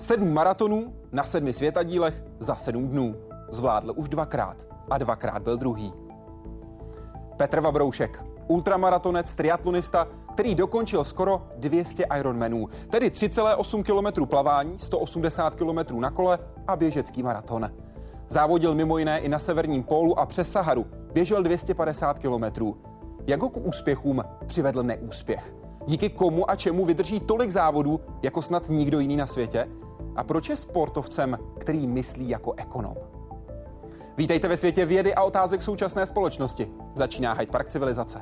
7 maratonů na 7 světadílech za 7 dnů. Zvládl už 2krát a 2krát byl druhý. Petr Vabroušek, ultramaratonec, triatlonista, který dokončil skoro 200 Ironmanů, tedy 3,8 km plavání, 180 km na kole a běžecký maraton. Závodil mimo jiné i na severním pólu a přes Saharu. Běžel 250 km. Jak ho k úspěchům přivedl neúspěch? Díky komu a čemu vydrží tolik závodů jako snad nikdo jiný na světě? A proč je sportovcem, který myslí jako ekonom? Vítejte ve světě vědy a otázek současné společnosti. Začíná Hyde Park civilizace.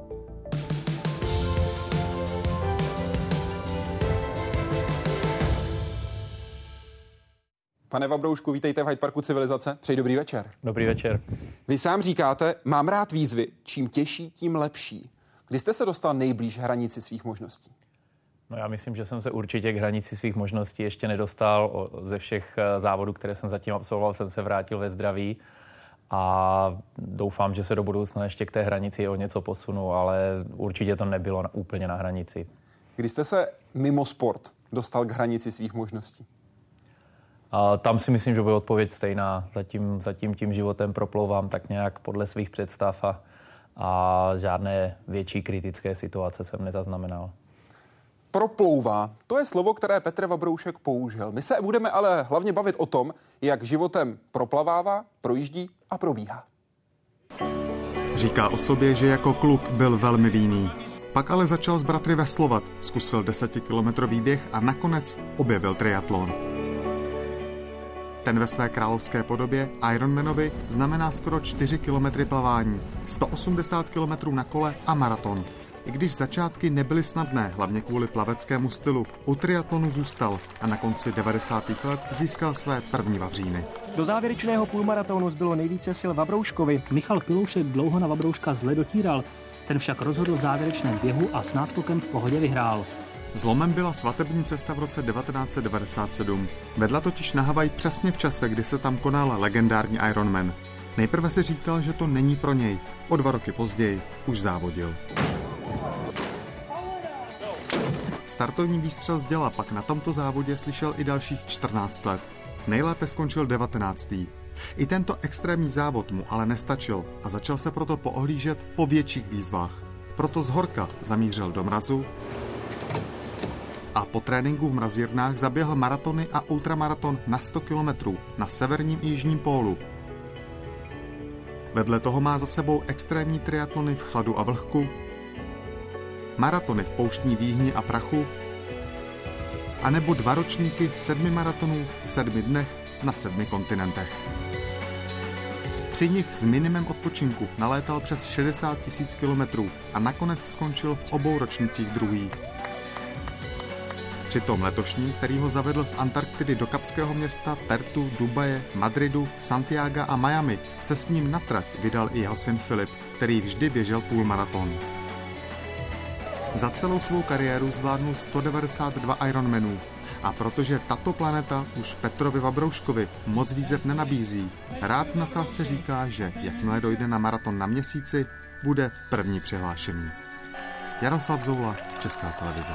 Pane Vabroušku, vítejte v Hyde Parku civilizace. Přeji dobrý večer. Dobrý večer. Vy sám říkáte, mám rád výzvy, čím těžší, tím lepší. Kdy jste se dostal nejblíž hranici svých možností? No já myslím, že jsem se určitě k hranici svých možností ještě nedostal. Ze všech závodů, které jsem zatím absolvoval, jsem se vrátil ve zdraví a doufám, že se do budoucna ještě k té hranici o něco posunu, ale určitě to nebylo úplně na hranici. Kdy jste se mimo sport dostal k hranici svých možností? A tam si myslím, že bude odpověď stejná. Zatím tím životem proplouvám tak nějak podle svých představ a žádné větší kritické situace jsem nezaznamenal. Proplouvá. To je slovo, které Petr Vabroušek použil. My se budeme ale hlavně bavit o tom, jak životem proplavává, projíždí a probíhá. Říká o sobě, že jako kluk byl velmi líný. Pak ale začal s bratry veslovat, zkusil 10kilometrový běh a nakonec objevil triatlon. Ten ve své královské podobě Ironmanovi znamená skoro 4 kilometry plavání, 180 kilometrů na kole a maraton. I když začátky nebyly snadné, hlavně kvůli plaveckému stylu, u triatlonu zůstal a na konci 90. let získal své první vavříny. Do závěrečného půlmaratonu zbylo nejvíce sil Vabrouškovi. Michal Piloušek dlouho na Vabrouška zle dotíral, ten však rozhodl v závěrečném běhu a s náskokem v pohodě vyhrál. Zlomem byla svatební cesta v roce 1997. Vedla totiž na Havaj přesně v čase, kdy se tam konal legendární Ironman. Nejprve si říkal, že to není pro něj. O 2 roky později už závodil. Startovní výstřel z děla pak na tomto závodě slyšel i dalších 14 let. Nejlépe skončil 19. I tento extrémní závod mu ale nestačil a začal se proto poohlížet po větších výzvách. Proto zhorka zamířil do mrazu a po tréninku v mrazírnách zaběhl maratony a ultramaraton na 100 kilometrů na severním i jižním pólu. Vedle toho má za sebou extrémní triatlony v chladu a vlhku, maratony v pouštní výhni a prachu a nebo 2 ročníky 7 maratonů v 7 dnech na 7 kontinentech. Při nich s minimem odpočinku nalétal přes 60 000 kilometrů a nakonec skončil v obou ročnících druhý. Při tom letošním, který ho zavedl z Antarktidy do kapského města, Pertu, Dubaje, Madridu, Santiaga a Miami, se s ním na trať vydal i jeho syn Filip, který vždy běžel půlmaraton. Za celou svou kariéru zvládnul 192 Ironmanů. A protože tato planeta už Petrovi Vabrouškovi moc výzev nenabízí, rád v nadsázce říká, že jakmile dojde na maraton na Měsíci, bude první přihlášený. Jaroslav Zoula, Česká televize.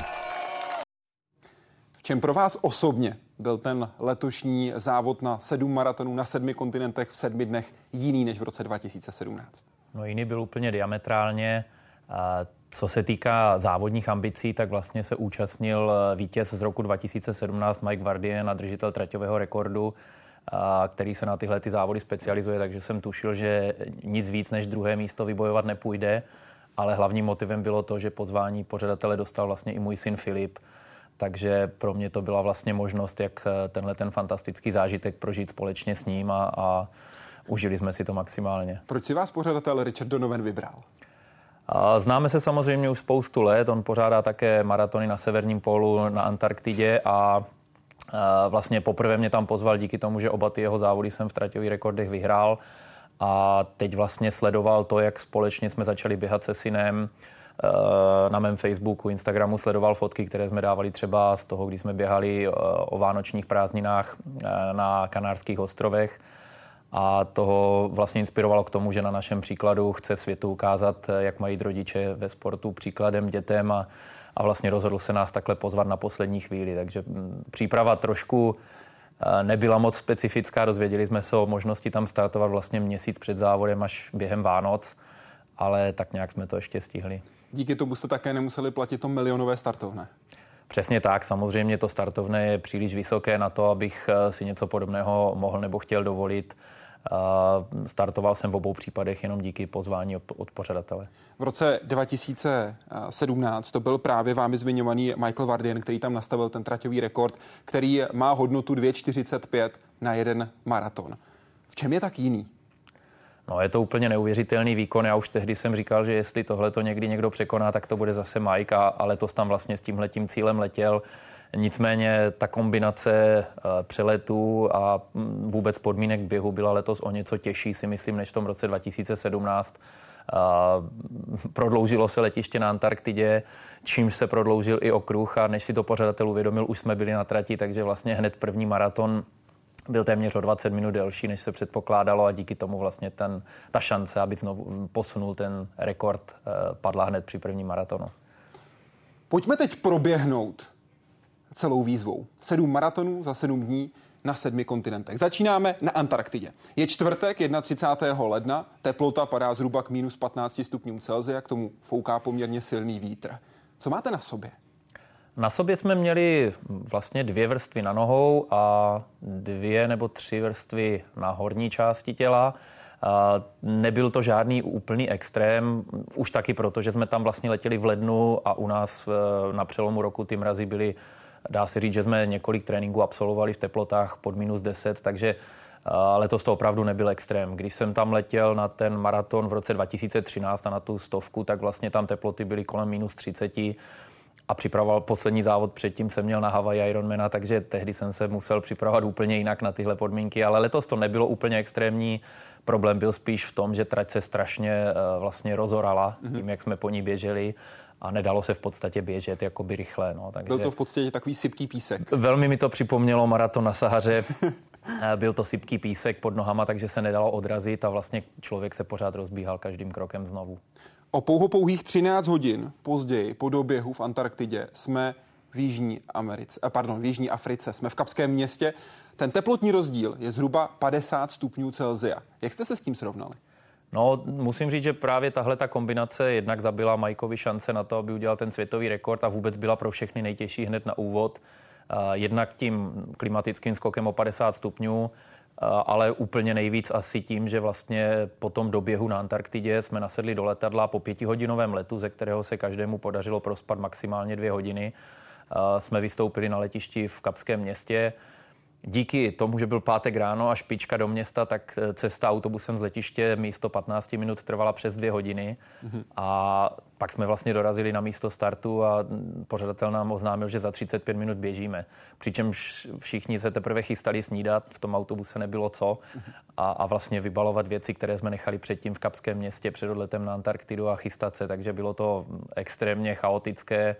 V čem pro vás osobně byl ten letošní závod na 7 maratonů na 7 kontinentech v 7 dnech jiný než v roce 2017? No jiný byl úplně diametrálně. Co se týká závodních ambicí, tak vlastně se účastnil vítěz z roku 2017 Mike Vardien a držitel traťového rekordu, který se na tyhle ty závody specializuje, takže jsem tušil, že nic víc než druhé místo vybojovat nepůjde, ale hlavním motivem bylo to, že pozvání pořadatele dostal vlastně i můj syn Filip, takže pro mě to byla vlastně možnost, jak ten fantastický zážitek prožít společně s ním a užili jsme si to maximálně. Proč si vás pořadatel Richard Donovan vybral? Známe se samozřejmě už spoustu let, on pořádá také maratony na severním pólu na Antarktidě a vlastně poprvé mě tam pozval díky tomu, že oba ty jeho závody jsem v traťových rekordech vyhrál a teď vlastně sledoval to, jak společně jsme začali běhat se synem. Na mém Facebooku, Instagramu sledoval fotky, které jsme dávali třeba z toho, když jsme běhali o vánočních prázdninách na Kanárských ostrovech. A toho vlastně inspirovalo k tomu, že na našem příkladu chce světu ukázat, jak mají jít rodiče ve sportu příkladem dětem a vlastně rozhodl se nás takhle pozvat na poslední chvíli, takže příprava trošku nebyla moc specifická, dozvěděli jsme se o možnosti tam startovat vlastně měsíc před závodem až během Vánoc, ale tak nějak jsme to ještě stihli. Díky tomu jste také nemuseli platit to milionové startovné. Přesně tak, samozřejmě to startovné je příliš vysoké na to, abych si něco podobného mohl nebo chtěl dovolit. Startoval jsem v obou případech jenom díky pozvání od pořadatele. V roce 2017 to byl právě vámi zmiňovaný Michael Vardien, který tam nastavil ten traťový rekord, který má hodnotu 2,45 na jeden maraton. V čem je tak jiný? No, je to úplně neuvěřitelný výkon. Já už tehdy jsem říkal, že jestli tohle to někdy někdo překoná, tak to bude zase Mike a letos tam vlastně s tímhletím cílem letěl. Nicméně ta kombinace přeletů a vůbec podmínek běhu byla letos o něco těžší, si myslím, než v tom roce 2017. Prodloužilo se letiště na Antarktidě, čímž se prodloužil i okruh a než si to pořadatel uvědomil, už jsme byli na trati, takže vlastně hned první maraton byl téměř o 20 minut delší, než se předpokládalo a díky tomu vlastně ta šance, aby znovu posunul ten rekord, padla hned při prvním maratonu. Pojďme teď proběhnout celou výzvou. 7 maratonů za 7 dní na 7 kontinentech. Začínáme na Antarktidě. Je čtvrtek, 31. ledna, teplota padá zhruba k minus 15 stupňům Celsia, k tomu fouká poměrně silný vítr. Co máte na sobě? Na sobě jsme měli vlastně 2 vrstvy na nohou a 2 nebo 3 vrstvy na horní části těla. Nebyl to žádný úplný extrém, už taky proto, že jsme tam vlastně letěli v lednu a u nás na přelomu roku ty mrazy byly, dá se říct, že jsme několik tréninků absolvovali v teplotách pod minus 10, takže letos to opravdu nebyl extrém. Když jsem tam letěl na ten maraton v roce 2013 a na tu 100, tak vlastně tam teploty byly kolem minus 30 a připravoval poslední závod předtím jsem měl na Hawaii Ironmana, takže tehdy jsem se musel připravovat úplně jinak na tyhle podmínky, ale letos to nebylo úplně extrémní. Problém byl spíš v tom, že trať se strašně vlastně rozorala tím, jak jsme po ní běželi a nedalo se v podstatě běžet jakoby rychle. No. Takže byl to v podstatě takový sypký písek. Velmi mi to připomnělo maraton na Sahaře. Byl to sypký písek pod nohama, takže se nedalo odrazit a vlastně člověk se pořád rozbíhal každým krokem znovu. O pouhých 13 hodin později po doběhu v Antarktidě jsme v Jižní Africe, jsme v Kapském městě. Ten teplotní rozdíl je zhruba 50 stupňů Celsia. Jak jste se s tím srovnali? No, musím říct, že právě tahle ta kombinace jednak zabila Mikeovi šance na to, aby udělal ten světový rekord a vůbec byla pro všechny nejtěžší hned na úvod. Jednak tím klimatickým skokem o 50 stupňů, ale úplně nejvíc asi tím, že vlastně po tom doběhu na Antarktidě jsme nasedli do letadla po 5hodinovém letu, ze kterého se každému podařilo prospat maximálně 2 hodiny. Jsme vystoupili na letišti v Kapském městě. Díky tomu, že byl pátek ráno a špička do města, tak cesta autobusem z letiště místo 15 minut trvala přes 2 hodiny. A pak jsme vlastně dorazili na místo startu a pořadatel nám oznámil, že za 35 minut běžíme. Přičemž všichni se teprve chystali snídat, v tom autobuse nebylo co. A vlastně vybalovat věci, které jsme nechali předtím v Kapském městě před odletem na Antarktidu a chystat se. Takže bylo to extrémně chaotické.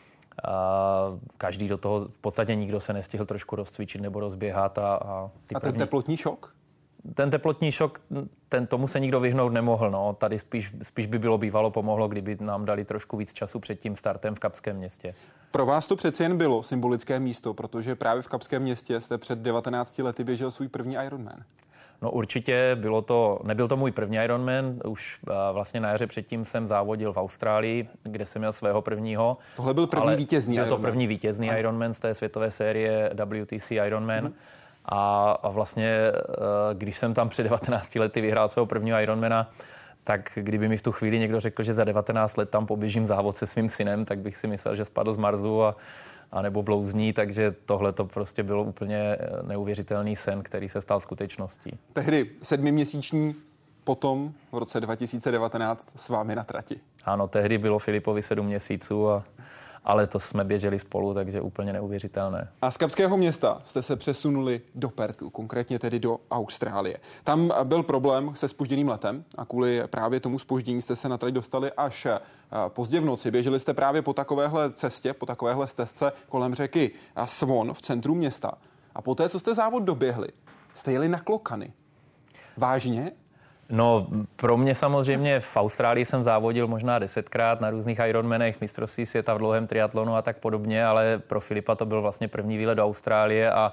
Každý do toho, v podstatě nikdo se nestihl trošku rozcvičit nebo rozběhat. A ten teplotní šok? Ten teplotní šok, tomu se nikdo vyhnout nemohl. No. Tady spíš by bylo bývalo pomohlo, kdyby nám dali trošku víc času před tím startem v Kapském městě. Pro vás to přeci jen bylo symbolické místo, protože právě v Kapském městě jste před 19 lety běžel svůj první Ironman. No určitě nebyl to můj první Ironman, už vlastně na jaře předtím jsem závodil v Austrálii, kde jsem měl svého prvního. Tohle byl první vítězný Ironman. Byl to první vítězný Ironman z té světové série WTC Ironman. A vlastně, když jsem tam před 19 lety vyhrál svého prvního Ironmana, tak kdyby mi v tu chvíli někdo řekl, že za 19 let tam poběžím závod se svým synem, tak bych si myslel, že spadl z Marsu a nebo blouzní, takže tohle to prostě bylo úplně neuvěřitelný sen, který se stal skutečností. Tehdy 7měsíční, potom v roce 2019 s vámi na trati. Ano, tehdy bylo Filipovi 7 měsíců, ale to jsme běželi spolu, takže úplně neuvěřitelné. A z Kapského města jste se přesunuli do Pertu, konkrétně tedy do Austrálie. Tam byl problém se zpožděným letem a kvůli právě tomu zpoždění jste se na trať dostali až pozdě v noci. Běželi jste právě po takovéhle cestě, po takovéhle stezce kolem řeky Swan v centru města. A poté, co jste závod doběhli, jste jeli na klokany. Vážně? No, pro mě samozřejmě v Austrálii jsem závodil možná 10krát na různých Ironmanech, mistrovství světa v dlouhém triatlonu a tak podobně, ale pro Filipa to byl vlastně první výlet do Austrálie a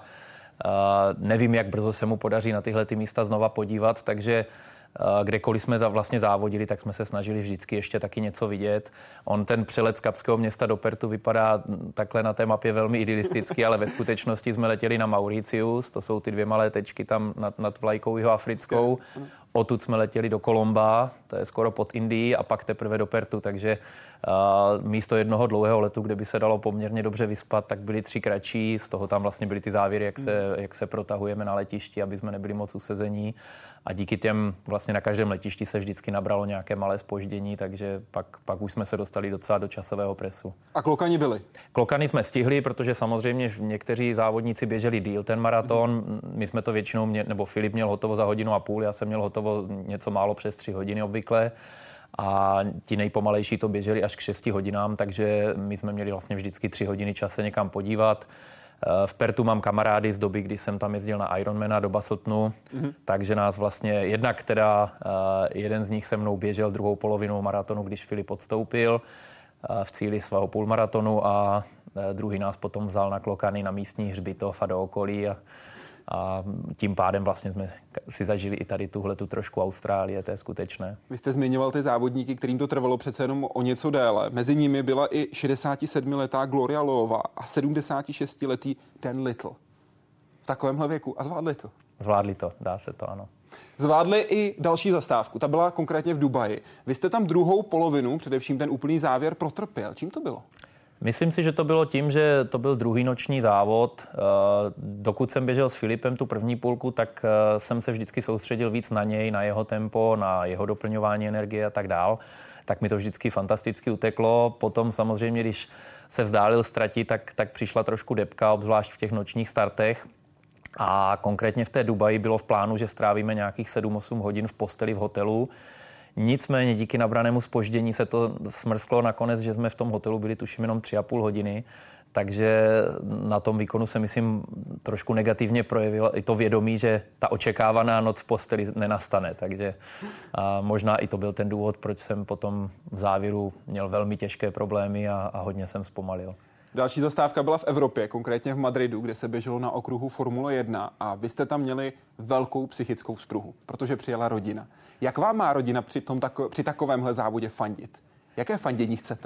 nevím, jak brzo se mu podaří na tyhle ty místa znova podívat, takže kdekoliv jsme vlastně závodili, tak jsme se snažili vždycky ještě taky něco vidět. On ten přelet z Kapského města do Pertu vypadá takhle na té mapě velmi idylisticky, ale ve skutečnosti jsme letěli na Mauritius, to jsou ty 2 malé tečky tam nad vlajkou jihoafrickou. Odtud jsme letěli do Colomba, to je skoro pod Indií, a pak teprve do Pertu, takže místo jednoho dlouhého letu, kde by se dalo poměrně dobře vyspat, tak byly 3 kratší, z toho tam vlastně byly ty závěry, jak se protahujeme na letišti, aby jsme nebyli moc usezení. A díky těm vlastně na každém letišti se vždycky nabralo nějaké malé zpoždění, takže pak už jsme se dostali docela do časového presu. A klokani byli? Klokany jsme stihli, protože samozřejmě někteří závodníci běželi díl ten maraton. My jsme to většinou, nebo Filip měl hotovo za 1,5 hodiny, já jsem měl hotovo něco málo přes 3 hodiny obvykle. A ti nejpomalejší to běželi až k 6 hodinám, takže my jsme měli vlastně vždycky 3 hodiny čas se někam podívat. V Pertu mám kamarády z doby, kdy jsem tam jezdil na Ironmana do Basseltonu, takže nás vlastně jednak jeden z nich se mnou běžel druhou polovinu maratonu, když Filip odstoupil v cíli svého půlmaratonu a druhý nás potom vzal na klokany na místní hřbitov a do okolí a tím pádem vlastně jsme si zažili i tady tuhletu trošku Austrálie, to je skutečné. Vy jste zmiňoval ty závodníky, kterým to trvalo přece jenom o něco déle. Mezi nimi byla i 67letá Gloria Loweová a 76letý Dan Little. V takovémhle věku. A zvládli to? Zvládli to, dá se to, ano. Zvládli i další zastávku. Ta byla konkrétně v Dubaji. Vy jste tam druhou polovinu, především ten úplný závěr, protrpěl. Čím to bylo? Myslím si, že to bylo tím, že to byl druhý noční závod. Dokud jsem běžel s Filipem tu první půlku, tak jsem se vždycky soustředil víc na něj, na jeho tempo, na jeho doplňování energie a tak dál. Tak mi to vždycky fantasticky uteklo. Potom samozřejmě, když se vzdálil z trati, tak přišla trošku depka, obzvlášť v těch nočních startech. A konkrétně v té Dubaji bylo v plánu, že strávíme nějakých 7-8 hodin v posteli v hotelu. Nicméně díky nabranému zpoždění se to smrsklo nakonec, že jsme v tom hotelu byli tuším jenom 3,5 hodiny, takže na tom výkonu se myslím trošku negativně projevilo i to vědomí, že ta očekávaná noc v posteli nenastane, takže možná i to byl ten důvod, proč jsem potom v závěru měl velmi těžké problémy a hodně jsem zpomalil. Další zastávka byla v Evropě, konkrétně v Madridu, kde se běželo na okruhu Formule 1 a vy jste tam měli velkou psychickou vzpruhu, protože přijela rodina. Jak vám má rodina při takovémhle závodě fandit? Jaké fandění chcete?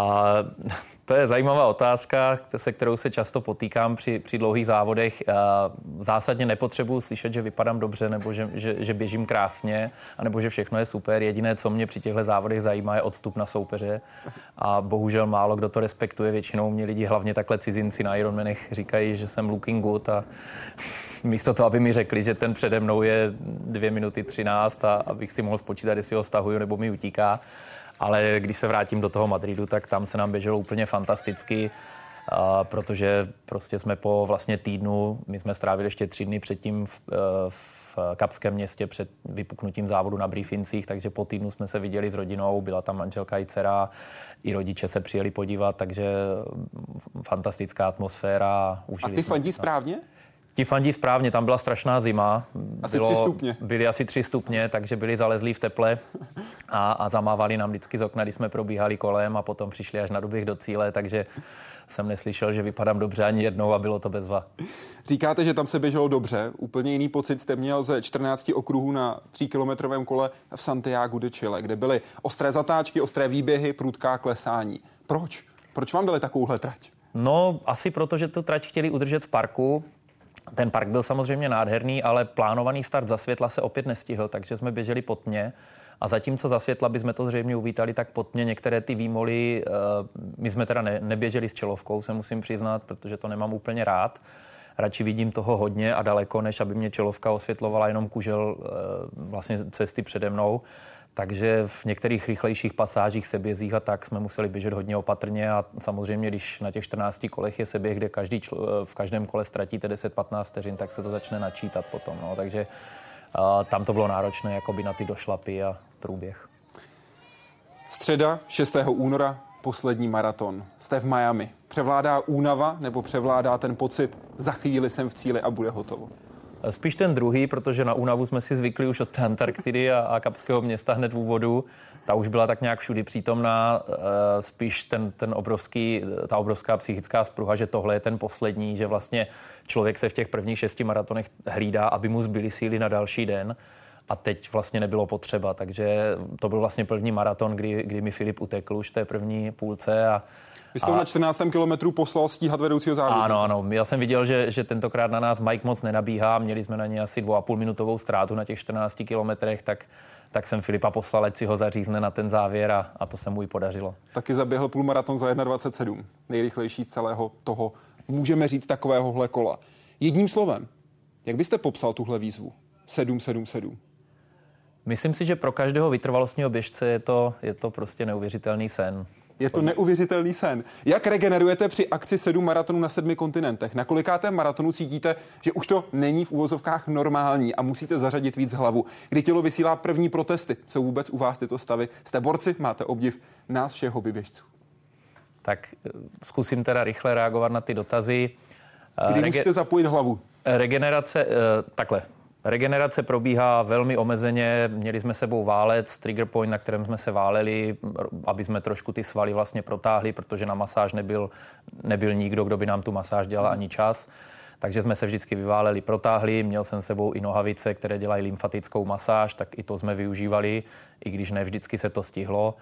To je zajímavá otázka, se kterou se často potýkám při dlouhých závodech. Zásadně nepotřebuji slyšet, že vypadám dobře nebo že běžím krásně, anebo že všechno je super. Jediné, co mě při těchto závodech zajímá, je odstup na soupeře. A bohužel málo kdo to respektuje. Většinou mě lidi, hlavně takhle cizinci na Ironmanech, říkají, že jsem looking good a místo toho, aby mi řekli, že ten přede mnou je 2 minuty 13 a abych si mohl spočítat, jestli ho stahuju nebo mi utíká. Ale když se vrátím do toho Madridu, tak tam se nám běželo úplně fantasticky, protože prostě jsme po vlastně týdnu, my jsme strávili ještě 3 dny předtím v Kapském městě před vypuknutím závodu na briefincích, takže po týdnu jsme se viděli s rodinou, byla tam manželka i dcera, i rodiče se přijeli podívat, takže fantastická atmosféra. A ty fandí správně? Ti fandí správně, tam byla strašná zima. Asi 3 stupně. Byly asi 3 stupně, takže byli zalezlí v teple a zamávali nám vždycky z okna, když jsme probíhali kolem a potom přišli až na doběh do cíle, takže jsem neslyšel, že vypadám dobře ani jednou a bylo to bezva. Říkáte, že tam se běželo dobře. Úplně jiný pocit jste měl ze 14 okruhů na 3kilometrovém kole v Santiagu de Chile, kde byly ostré zatáčky, ostré výběhy, prudká klesání. Proč? Proč vám dali takovouhle trať? No, asi proto, že tu trať chtěli udržet v parku. Ten park byl samozřejmě nádherný, ale plánovaný start za světla se opět nestihl, takže jsme běželi po tmě. A zatímco za světla bychom to zřejmě uvítali, tak po tmě některé ty výmoly, my jsme teda neběželi s čelovkou, se musím přiznat, protože to nemám úplně rád. Radši vidím toho hodně a daleko, než aby mě čelovka osvětlovala jenom kužel vlastně cesty přede mnou. Takže v některých rychlejších pasážích, sebězích a tak jsme museli běžet hodně opatrně a samozřejmě, když na těch 14 kolech je seběh, kde v každém kole ztratíte 10-15 vteřin, tak se to začne načítat potom. No. Takže tam to bylo náročné jakoby na ty došlapy a průběh. Středa 6. února, poslední maraton. Jste v Miami. Převládá únava nebo převládá ten pocit, za chvíli jsem v cíli a bude hotovo? Spíš ten druhý, protože na únavu jsme si zvykli už od té Antarktidy a Kapského města hned v úvodu. Ta už byla tak nějak všudy přítomná. Spíš ta obrovská psychická spruha, že tohle je ten poslední, že vlastně člověk se v těch prvních 6 maratonech hlídá, aby mu zbyly síly na další den. A teď vlastně nebylo potřeba, takže to byl vlastně první maraton, kdy mi Filip utekl už v té první půlce. Vy jste na 14 kilometrů poslal stíhat vedoucího závodu. Ano. Já jsem viděl, že tentokrát na nás Mike moc nenabíhá. Měli jsme na ně asi 2,5minutovou ztrátu na těch 14 kilometrech, tak jsem Filipa poslal, ať si ho zařízne na ten závěr a to se mu i podařilo. Taky zaběhl půlmaraton za 1,27. Nejrychlejší z celého toho, můžeme říct, takovéhohle kola. Jedním slovem, jak byste popsal tuhle výzvu? 777. Myslím si, že pro každého vytrvalostního běžce je to prostě neuvěřitelný sen. Je to neuvěřitelný sen. Jak regenerujete při akci 7 maratonů na 7 kontinentech? Na kolikátém maratonu cítíte, že už to není v uvozovkách normální a musíte zařadit víc hlavu? Kdy tělo vysílá první protesty? Jsou vůbec u vás tyto stavy? Jste borci? Máte obdiv nás všech hobbyběžců? Tak zkusím teda rychle reagovat na ty dotazy. Kdy musíte zapojit hlavu? Regenerace probíhá velmi omezeně. Měli jsme sebou válec, trigger point, na kterém jsme se váleli, aby jsme trošku ty svaly vlastně protáhli, protože na masáž nebyl nikdo, kdo by nám tu masáž dělal ani čas. Takže jsme se vždycky vyváleli, protáhli. Měl jsem sebou i nohavice, které dělají lymfatickou masáž, tak i to jsme využívali, i když ne vždycky se to stihlo.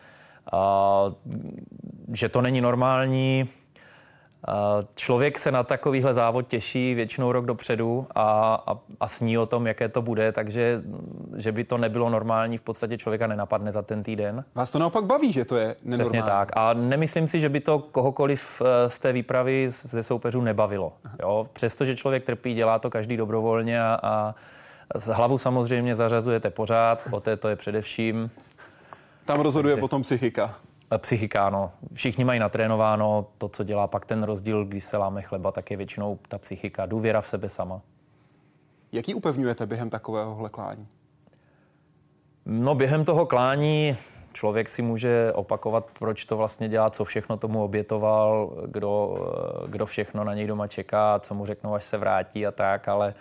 Že to není normální. Člověk se na takovýhle závod těší většinou rok dopředu a sní o tom, jaké to bude, takže že by to nebylo normální, v podstatě člověka nenapadne za ten týden. Vás to naopak baví, že to je nenormální? Přesně tak. A nemyslím si, že by to kohokoliv z té výpravy ze soupeřů nebavilo. Jo? Přestože člověk trpí, dělá to každý dobrovolně a z hlavu samozřejmě zařazujete pořád, o té to je především. Tam rozhoduje potom psychika. Psychika, no. Všichni mají natrénováno, to, co dělá pak ten rozdíl, když se láme chleba, tak je většinou ta psychika, důvěra v sebe sama. Jak ji upevňujete během takovéhohle klání? No, během toho klání člověk si může opakovat, proč to vlastně dělá, co všechno tomu obětoval, kdo všechno na něj doma čeká, co mu řeknou, až se vrátí a tak, ale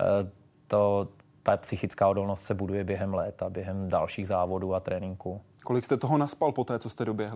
ta psychická odolnost se buduje během léta, během dalších závodů a tréninků. Kolik jste toho naspal po té, co jste doběhli?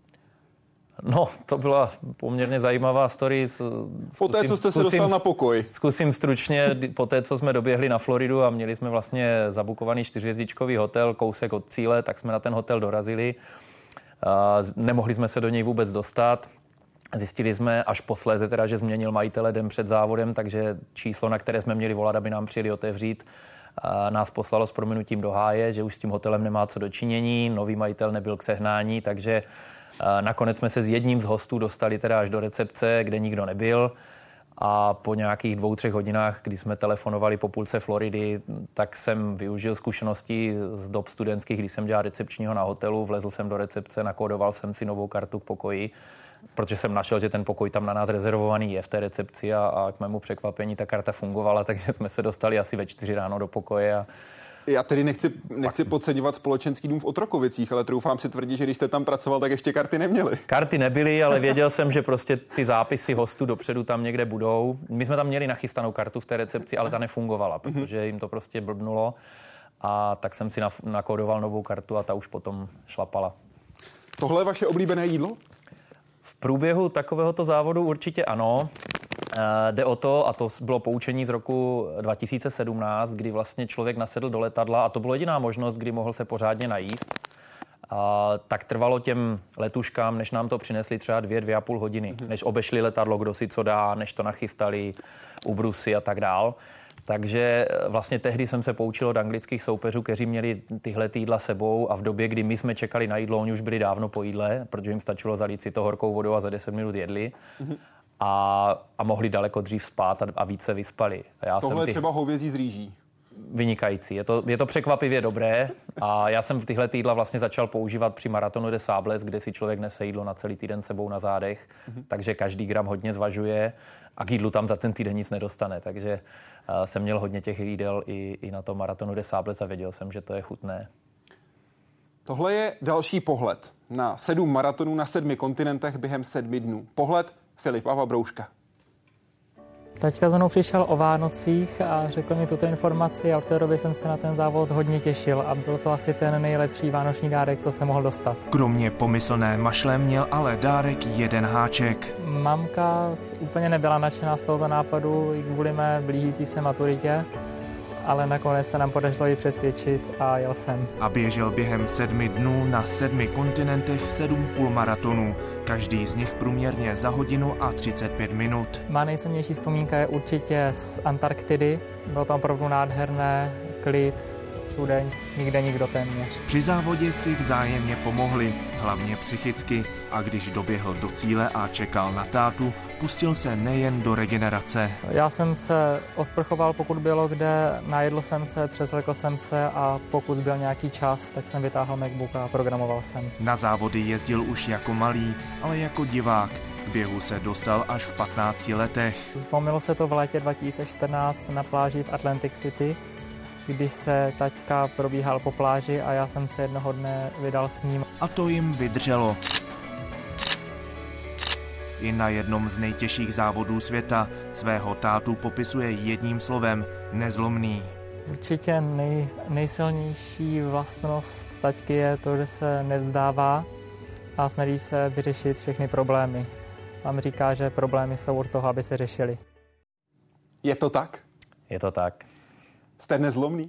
No, to byla poměrně zajímavá story. Po té, co jste se dostal na pokoj. Zkusím stručně. Po té, co jsme doběhli na Floridu a měli jsme vlastně zabukovaný 4hvězdičkový hotel, kousek od cíle, tak jsme na ten hotel dorazili. Nemohli jsme se do něj vůbec dostat. Zjistili jsme až posléze teda, že změnil majitele den před závodem, takže číslo, na které jsme měli volat, aby nám přijeli otevřít, nás poslalo s prominutím do háje, že už s tím hotelem nemá co dočinění, nový majitel nebyl k sehnání, takže nakonec jsme se s jedním z hostů dostali teda až do recepce, kde nikdo nebyl a po nějakých 2-3 hodinách, kdy jsme telefonovali po půlce Floridy, tak jsem využil zkušeností z dob studentských, kdy jsem dělal recepčního na hotelu, vlezl jsem do recepce, nakódoval jsem si novou kartu k pokoji, protože jsem našel, že ten pokoj tam na nás rezervovaný je v té recepci a k mému překvapení ta karta fungovala, takže jsme se dostali asi ve 4 ráno do pokoje. Já tedy nechci podceňovat společenský dům v Otrokovicích, ale troufám si tvrdit, že když jste tam pracoval, tak ještě karty neměli. Karty nebyly, ale věděl jsem, že prostě ty zápisy hostů dopředu tam někde budou. My jsme tam měli nachystanou kartu v té recepci, ale ta nefungovala, protože jim to prostě blbnulo. A tak jsem si nakódoval novou kartu a ta už potom šlapala. Tohle je vaše oblíbené jídlo? V průběhu takovéhoto závodu určitě ano. Jde o to, a to bylo poučení z roku 2017, kdy vlastně člověk nasedl do letadla a to byla jediná možnost, kdy mohl se pořádně najíst. Tak trvalo těm letuškám, než nám to přinesli třeba 2,5 hodiny, než obešli letadlo, kdo si co dá, než to nachystali, ubrusy a tak dál. Takže vlastně tehdy jsem se poučil od anglických soupeřů, kteří měli tyhle jídla sebou a v době, kdy my jsme čekali na jídlo, oni už byli dávno po jídle, protože jim stačilo zalít si to horkou vodou a za 10 minut jedli. A mohli daleko dřív spát a více vyspali. Tohle je třeba hovězí z rýží. Vynikající. Je to překvapivě dobré a já jsem tyhle jídla vlastně začal používat při Maratonu des Sables, kde si člověk nese jídlo na celý týden sebou na zádech, takže každý gram hodně zvažuje a k jídlu tam za ten týden nic nedostane, takže jsem měl hodně těch jídel i na tom Maratonu des Sables a věděl jsem, že to je chutné. Tohle je další pohled na 7 maratonů na 7 kontinentech během 7 dnů. Pohled Filipa Vabrouška. Taťka za mnou přišel o Vánocích a řekl mi tuto informaci a od té doby jsem se na ten závod hodně těšil a byl to asi ten nejlepší vánoční dárek, co jsem mohl dostat. Kromě pomyslné mašle měl ale dárek jeden háček. Mamka úplně nebyla nadšená z tohoto nápadu i kvůli mé blížící se maturitě, ale nakonec se nám podařilo ji přesvědčit a jel jsem. A běžel během 7 dnů na 7 kontinentech 7 půlmaratonů, každý z nich průměrně za 1:35 minut. Má nejsilnější vzpomínka je určitě z Antarktidy. Bylo tam opravdu nádherné, klid, všude, nikde nikdo téměř. Při závodě si vzájemně pomohli, hlavně psychicky, a když doběhl do cíle a čekal na tátu, pustil se nejen do regenerace. Já jsem se osprchoval, pokud bylo kde, najedl jsem se, přesvlekl jsem se a pokud byl nějaký čas, tak jsem vytáhl MacBook a programoval jsem. Na závody jezdil už jako malý, ale jako divák. K běhu se dostal až v 15 letech. Zlomilo se to v létě 2014 na pláži v Atlantic City, když se taťka probíhal po pláži a já jsem se jednoho dne vydal s ním. A to jim vydrželo. I na jednom z nejtěžších závodů světa svého tátu popisuje jedním slovem nezlomný. Určitě nejsilnější vlastnost taťky je to, že se nevzdává a snaží se vyřešit všechny problémy. Sám říká, že problémy jsou od toho, aby se řešily. Je to tak? Je to tak. Jste nezlomný?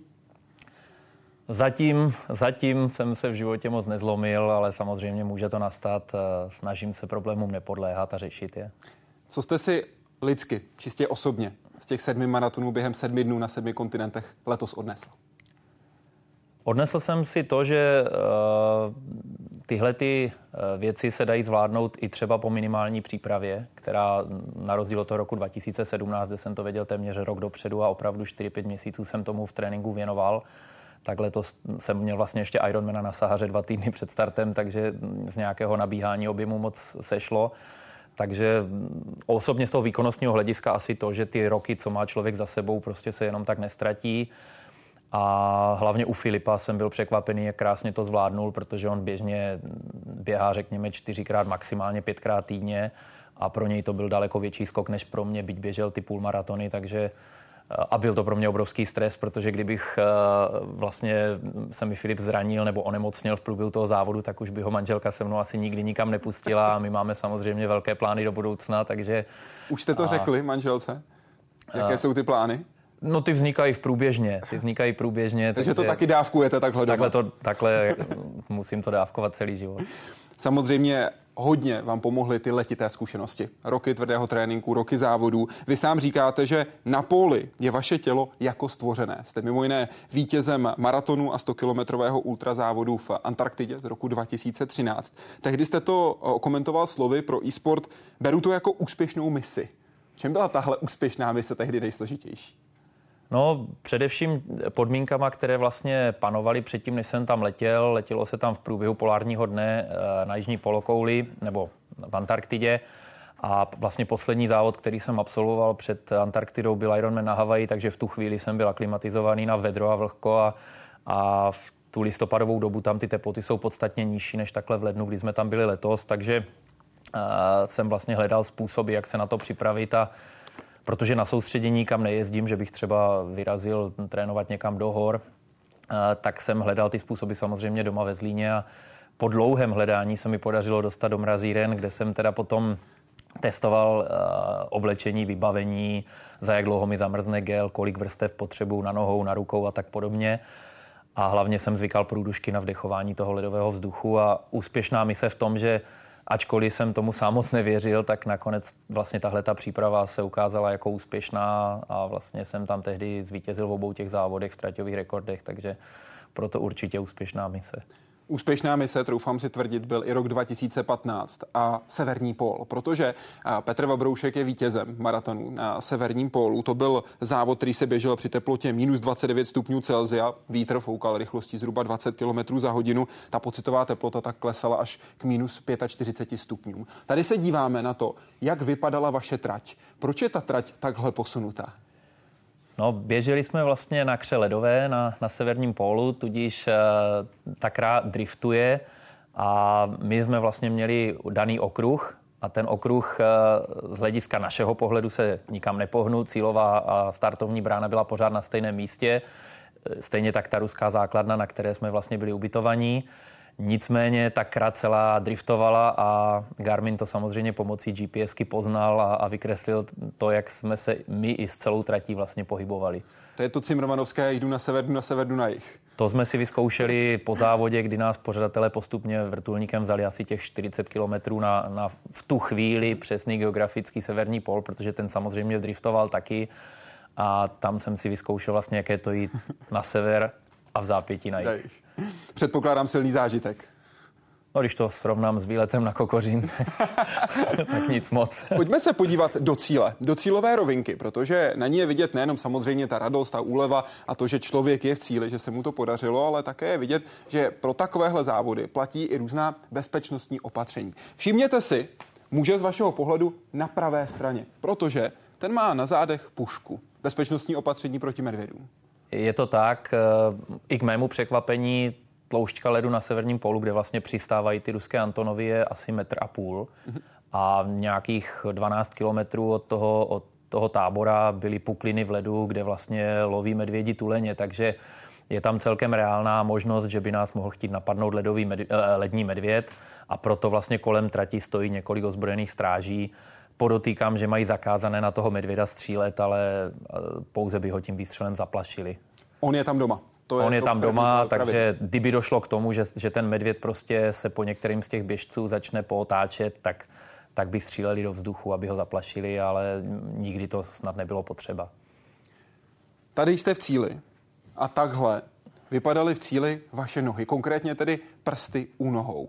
Zatím jsem se v životě moc nezlomil, ale samozřejmě může to nastat. Snažím se problémům nepodléhat a řešit je. Co jste si lidsky, čistě osobně, z těch 7 maratonů během 7 dnů na 7 kontinentech letos odnesl? Odnesl jsem si to, že tyhle věci se dají zvládnout i třeba po minimální přípravě, která na rozdíl od toho roku 2017, kde jsem to věděl téměř rok dopředu a opravdu 4-5 měsíců jsem tomu v tréninku věnoval. Tak letos jsem měl vlastně ještě Ironmana na Sahaře 2 týdny před startem, takže z nějakého nabíhání objemu moc sešlo. Takže osobně z toho výkonnostního hlediska asi to, že ty roky, co má člověk za sebou, prostě se jenom tak nestratí. A hlavně u Filipa jsem byl překvapený, jak krásně to zvládnul, protože on běžně běhá, řekněme, 4krát, maximálně 5krát týdně a pro něj to byl daleko větší skok než pro mě, byť běžel ty půlmaratony, takže a byl to pro mě obrovský stres, protože kdybych vlastně se mi Filip zranil nebo onemocněl v průběhu toho závodu, tak už by ho manželka se mnou asi nikdy nikam nepustila a my máme samozřejmě velké plány do budoucna, takže... Už jste to řekli manželce? Jaké jsou ty plány? No ty vznikají průběžně. Takže to taky dávkujete takhle doma? Takhle musím to dávkovat celý život. Samozřejmě hodně vám pomohly ty letité zkušenosti. Roky tvrdého tréninku, roky závodů. Vy sám říkáte, že na póli je vaše tělo jako stvořené. Jste mimo jiné vítězem maratonu a 100kilometrového ultrazávodu v Antarktidě z roku 2013. Tehdy jste to komentoval slovy pro e-sport. Beru to jako úspěšnou misi. V čem byla tahle úspěšná mise tehdy nejsložitější? No, především podmínkama, které vlastně panovaly předtím, než jsem tam letěl. Letělo se tam v průběhu polárního dne na jižní polokouli nebo v Antarktidě. A vlastně poslední závod, který jsem absolvoval před Antarktidou, byl Ironman na Havaji, takže v tu chvíli jsem byl aklimatizovaný na vedro a vlhko a v tu listopadovou dobu tam ty teploty jsou podstatně nižší než takhle v lednu, kdy jsme tam byli letos, takže jsem vlastně hledal způsoby, jak se na to připravit a protože na soustředění kam nejezdím, že bych třeba vyrazil trénovat někam do hor, tak jsem hledal ty způsoby samozřejmě doma ve Zlíně a po dlouhém hledání se mi podařilo dostat do Mrazíren, kde jsem teda potom testoval oblečení, vybavení, za jak dlouho mi zamrzne gel, kolik vrstev potřebuju na nohou, na rukou a tak podobně. A hlavně jsem zvykal průdušky na vdechování toho ledového vzduchu a úspěšná mise v tom, že ačkoliv jsem tomu sám moc nevěřil, tak nakonec vlastně tahleta příprava se ukázala jako úspěšná a vlastně jsem tam tehdy zvítězil v obou těch závodech v traťových rekordech, takže proto určitě úspěšná mise. Úspěšná mise, troufám si tvrdit, byl i rok 2015 a Severní pól, protože Petr Vabroušek je vítězem maratonu na Severním pólu. To byl závod, který se běžel při teplotě minus 29 stupňů Celsia. Vítr foukal rychlostí zhruba 20 km za hodinu. Ta pocitová teplota tak klesala až k minus 45 stupňům. Tady se díváme na to, jak vypadala vaše trať. Proč je ta trať takhle posunutá? No, běželi jsme vlastně na kře ledové na Severním pólu, tudíž ta kra driftuje a my jsme vlastně měli daný okruh a ten okruh z hlediska našeho pohledu se nikam nepohnul. Cílová a startovní brána byla pořád na stejném místě. Stejně tak ta ruská základna, na které jsme vlastně byli ubytovaní. Nicméně ta krať celá driftovala a Garmin to samozřejmě pomocí GPSky poznal a vykreslil to, jak jsme se my i s celou tratí vlastně pohybovali. To je to cimrmanovské jdu na sever, jdu na jih. To jsme si vyzkoušeli po závodě, kdy nás pořadatelé postupně vrtulníkem vzali asi těch 40 kilometrů na v tu chvíli přesný geografický severní pól, protože ten samozřejmě driftoval taky a tam jsem si vyzkoušel vlastně, jaké to jít na sever a v zápětí na jih. Předpokládám silný zážitek. No, když to srovnám s výletem na Kokořín, tak nic moc. Pojďme se podívat do cíle, do cílové rovinky, protože na ní je vidět nejenom samozřejmě ta radost, ta úleva a to, že člověk je v cíli, že se mu to podařilo, ale také je vidět, že pro takovéhle závody platí i různá bezpečnostní opatření. Všimněte si, muže z vašeho pohledu na pravé straně, protože ten má na zádech pušku. Bezpečnostní opatření proti medvědům. Je to tak, i k mému překvapení tloušťka ledu na severním pólu, kde vlastně přistávají ty ruské Antonovy, je asi 1,5 m. A nějakých 12 kilometrů od toho tábora byly pukliny v ledu, kde vlastně loví medvědi tuleně, takže je tam celkem reálná možnost, že by nás mohl chtít napadnout lední medvěd a proto vlastně kolem trati stojí několik ozbrojených stráží. Podotýkám, že mají zakázané na toho medvěda střílet, ale pouze by ho tím výstřelem zaplašili. On je tam doma. On je tam doma, takže kdyby došlo k tomu, že ten medvěd prostě se po některým z těch běžců začne pootáčet, tak by stříleli do vzduchu, aby ho zaplašili, ale nikdy to snad nebylo potřeba. Tady jste v cíli a takhle vypadaly v cíli vaše nohy, konkrétně tedy prsty u nohou.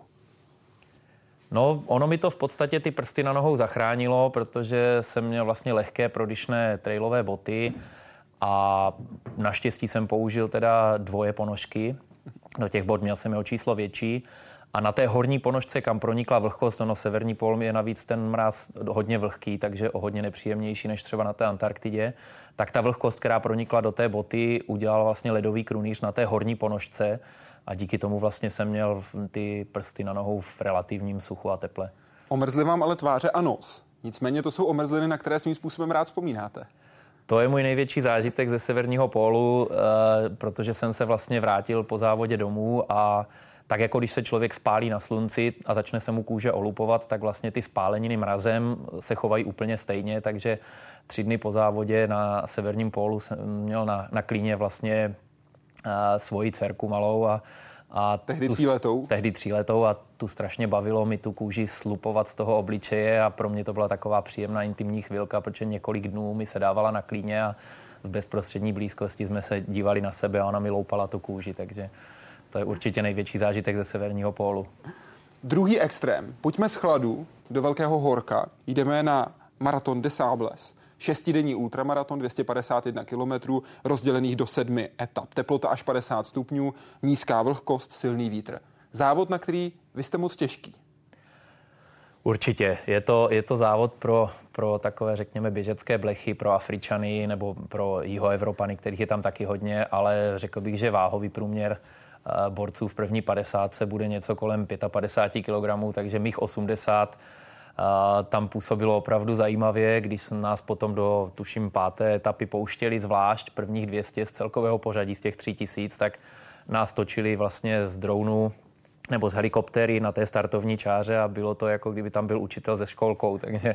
No, ono mi to v podstatě ty prsty na nohou zachránilo, protože jsem měl vlastně lehké prodyšné trailové boty a naštěstí jsem použil teda 2 ponožky. Do těch bot měl jsem o číslo větší a na té horní ponožce, kam pronikla vlhkost, severní pól je navíc ten mráz hodně vlhký, takže o hodně nepříjemnější než třeba na té Antarktidě, tak ta vlhkost, která pronikla do té boty, udělala vlastně ledový krunýř na té horní ponožce a díky tomu vlastně jsem měl ty prsty na nohou v relativním suchu a teple. Omrzly vám ale tváře a nos. Nicméně to jsou omrzliny, na které svým způsobem rád vzpomínáte. To je můj největší zážitek ze severního pólu, protože jsem se vlastně vrátil po závodě domů a tak jako když se člověk spálí na slunci a začne se mu kůže olupovat, tak vlastně ty spáleniny mrazem se chovají úplně stejně, takže 3 dny po závodě na severním pólu jsem měl na klíně vlastně svoji dcerku malou a tehdy 3letou. Tehdy 3letou a tu strašně bavilo mi tu kůži slupovat z toho obličeje a pro mě to byla taková příjemná intimní chvilka, protože několik dnů mi se dávala na klíně a v bezprostřední blízkosti jsme se dívali na sebe a ona mi loupala tu kůži, takže to je určitě největší zážitek ze severního pólu. Druhý extrém. Pojďme z chladu do velkého horka. Jdeme na Marathon des Sables. 6denní ultramaraton, 251 kilometrů, rozdělených do 7 etap. Teplota až 50 stupňů, nízká vlhkost, silný vítr. Závod, na který vy jste moc těžký. Určitě. Je to závod pro takové, řekněme, běžecké blechy, pro Afričany nebo pro Jihoevropany, kterých je tam taky hodně, ale řekl bych, že váhový průměr borců v první 50 bude něco kolem 55 kg, takže mých 80 tam působilo opravdu zajímavě, když nás potom do, tuším, 5. etapy pouštěli zvlášť prvních 200 z celkového pořadí z těch 3000, tak nás točili vlastně z dronu nebo z helikoptéry na té startovní čáře a bylo to, jako kdyby tam byl učitel se školkou, takže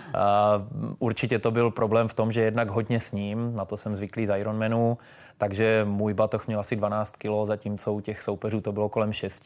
určitě to byl problém v tom, že jednak hodně sním, na to jsem zvyklý z Ironmanu, takže můj batoh měl asi 12 kg, zatímco u těch soupeřů to bylo kolem 6.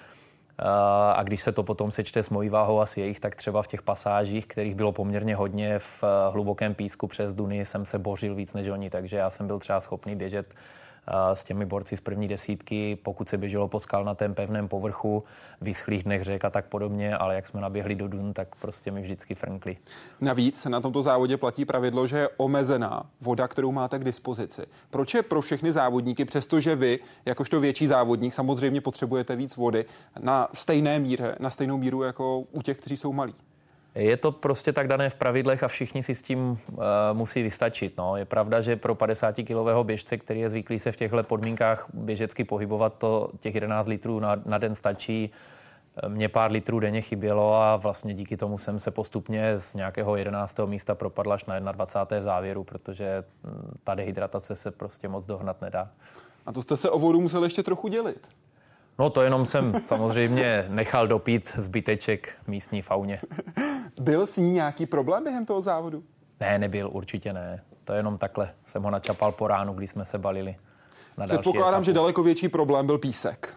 A když se to potom sečte s mojí váhou a s jejich, tak třeba v těch pasážích, kterých bylo poměrně hodně v hlubokém písku přes duny, jsem se bořil víc než oni, takže já jsem byl třeba schopný běžet s těmi borci z první 10, pokud se běželo po skalnatém pevném povrchu, vyschlých dnech řek a tak podobně, ale jak jsme naběhli do dun, tak prostě mi vždycky frnkli. Navíc na tomto závodě platí pravidlo, že je omezená voda, kterou máte k dispozici. Proč je pro všechny závodníky, přestože vy, jakožto větší závodník, samozřejmě potřebujete víc vody na stejnou míru jako u těch, kteří jsou malí? Je to prostě tak dané v pravidlech a všichni si s tím musí vystačit. No. Je pravda, že pro 50-kilového běžce, který je zvyklý se v těchto podmínkách běžecky pohybovat, to těch 11 litrů na den stačí. Mě pár litrů denně chybělo a vlastně díky tomu jsem se postupně z nějakého 11. místa propadl až na 21. v závěru, protože ta dehydratace se prostě moc dohnat nedá. A to jste se o vodu musel ještě trochu dělit. No to jenom jsem samozřejmě nechal dopít zbyteček místní fauně. Byl s ní nějaký problém během toho závodu? Ne, nebyl, určitě ne. To jenom takhle jsem ho načapal po ránu, když jsme se balili na další Předpokládám, etapu. že daleko větší problém byl písek.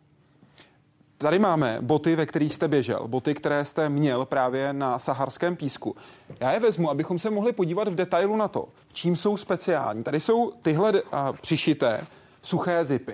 Tady máme boty, ve kterých jste běžel. Boty, které jste měl právě na saharském písku. Já je vezmu, abychom se mohli podívat v detailu na to, čím jsou speciální. Tady jsou tyhle přišité suché zipy.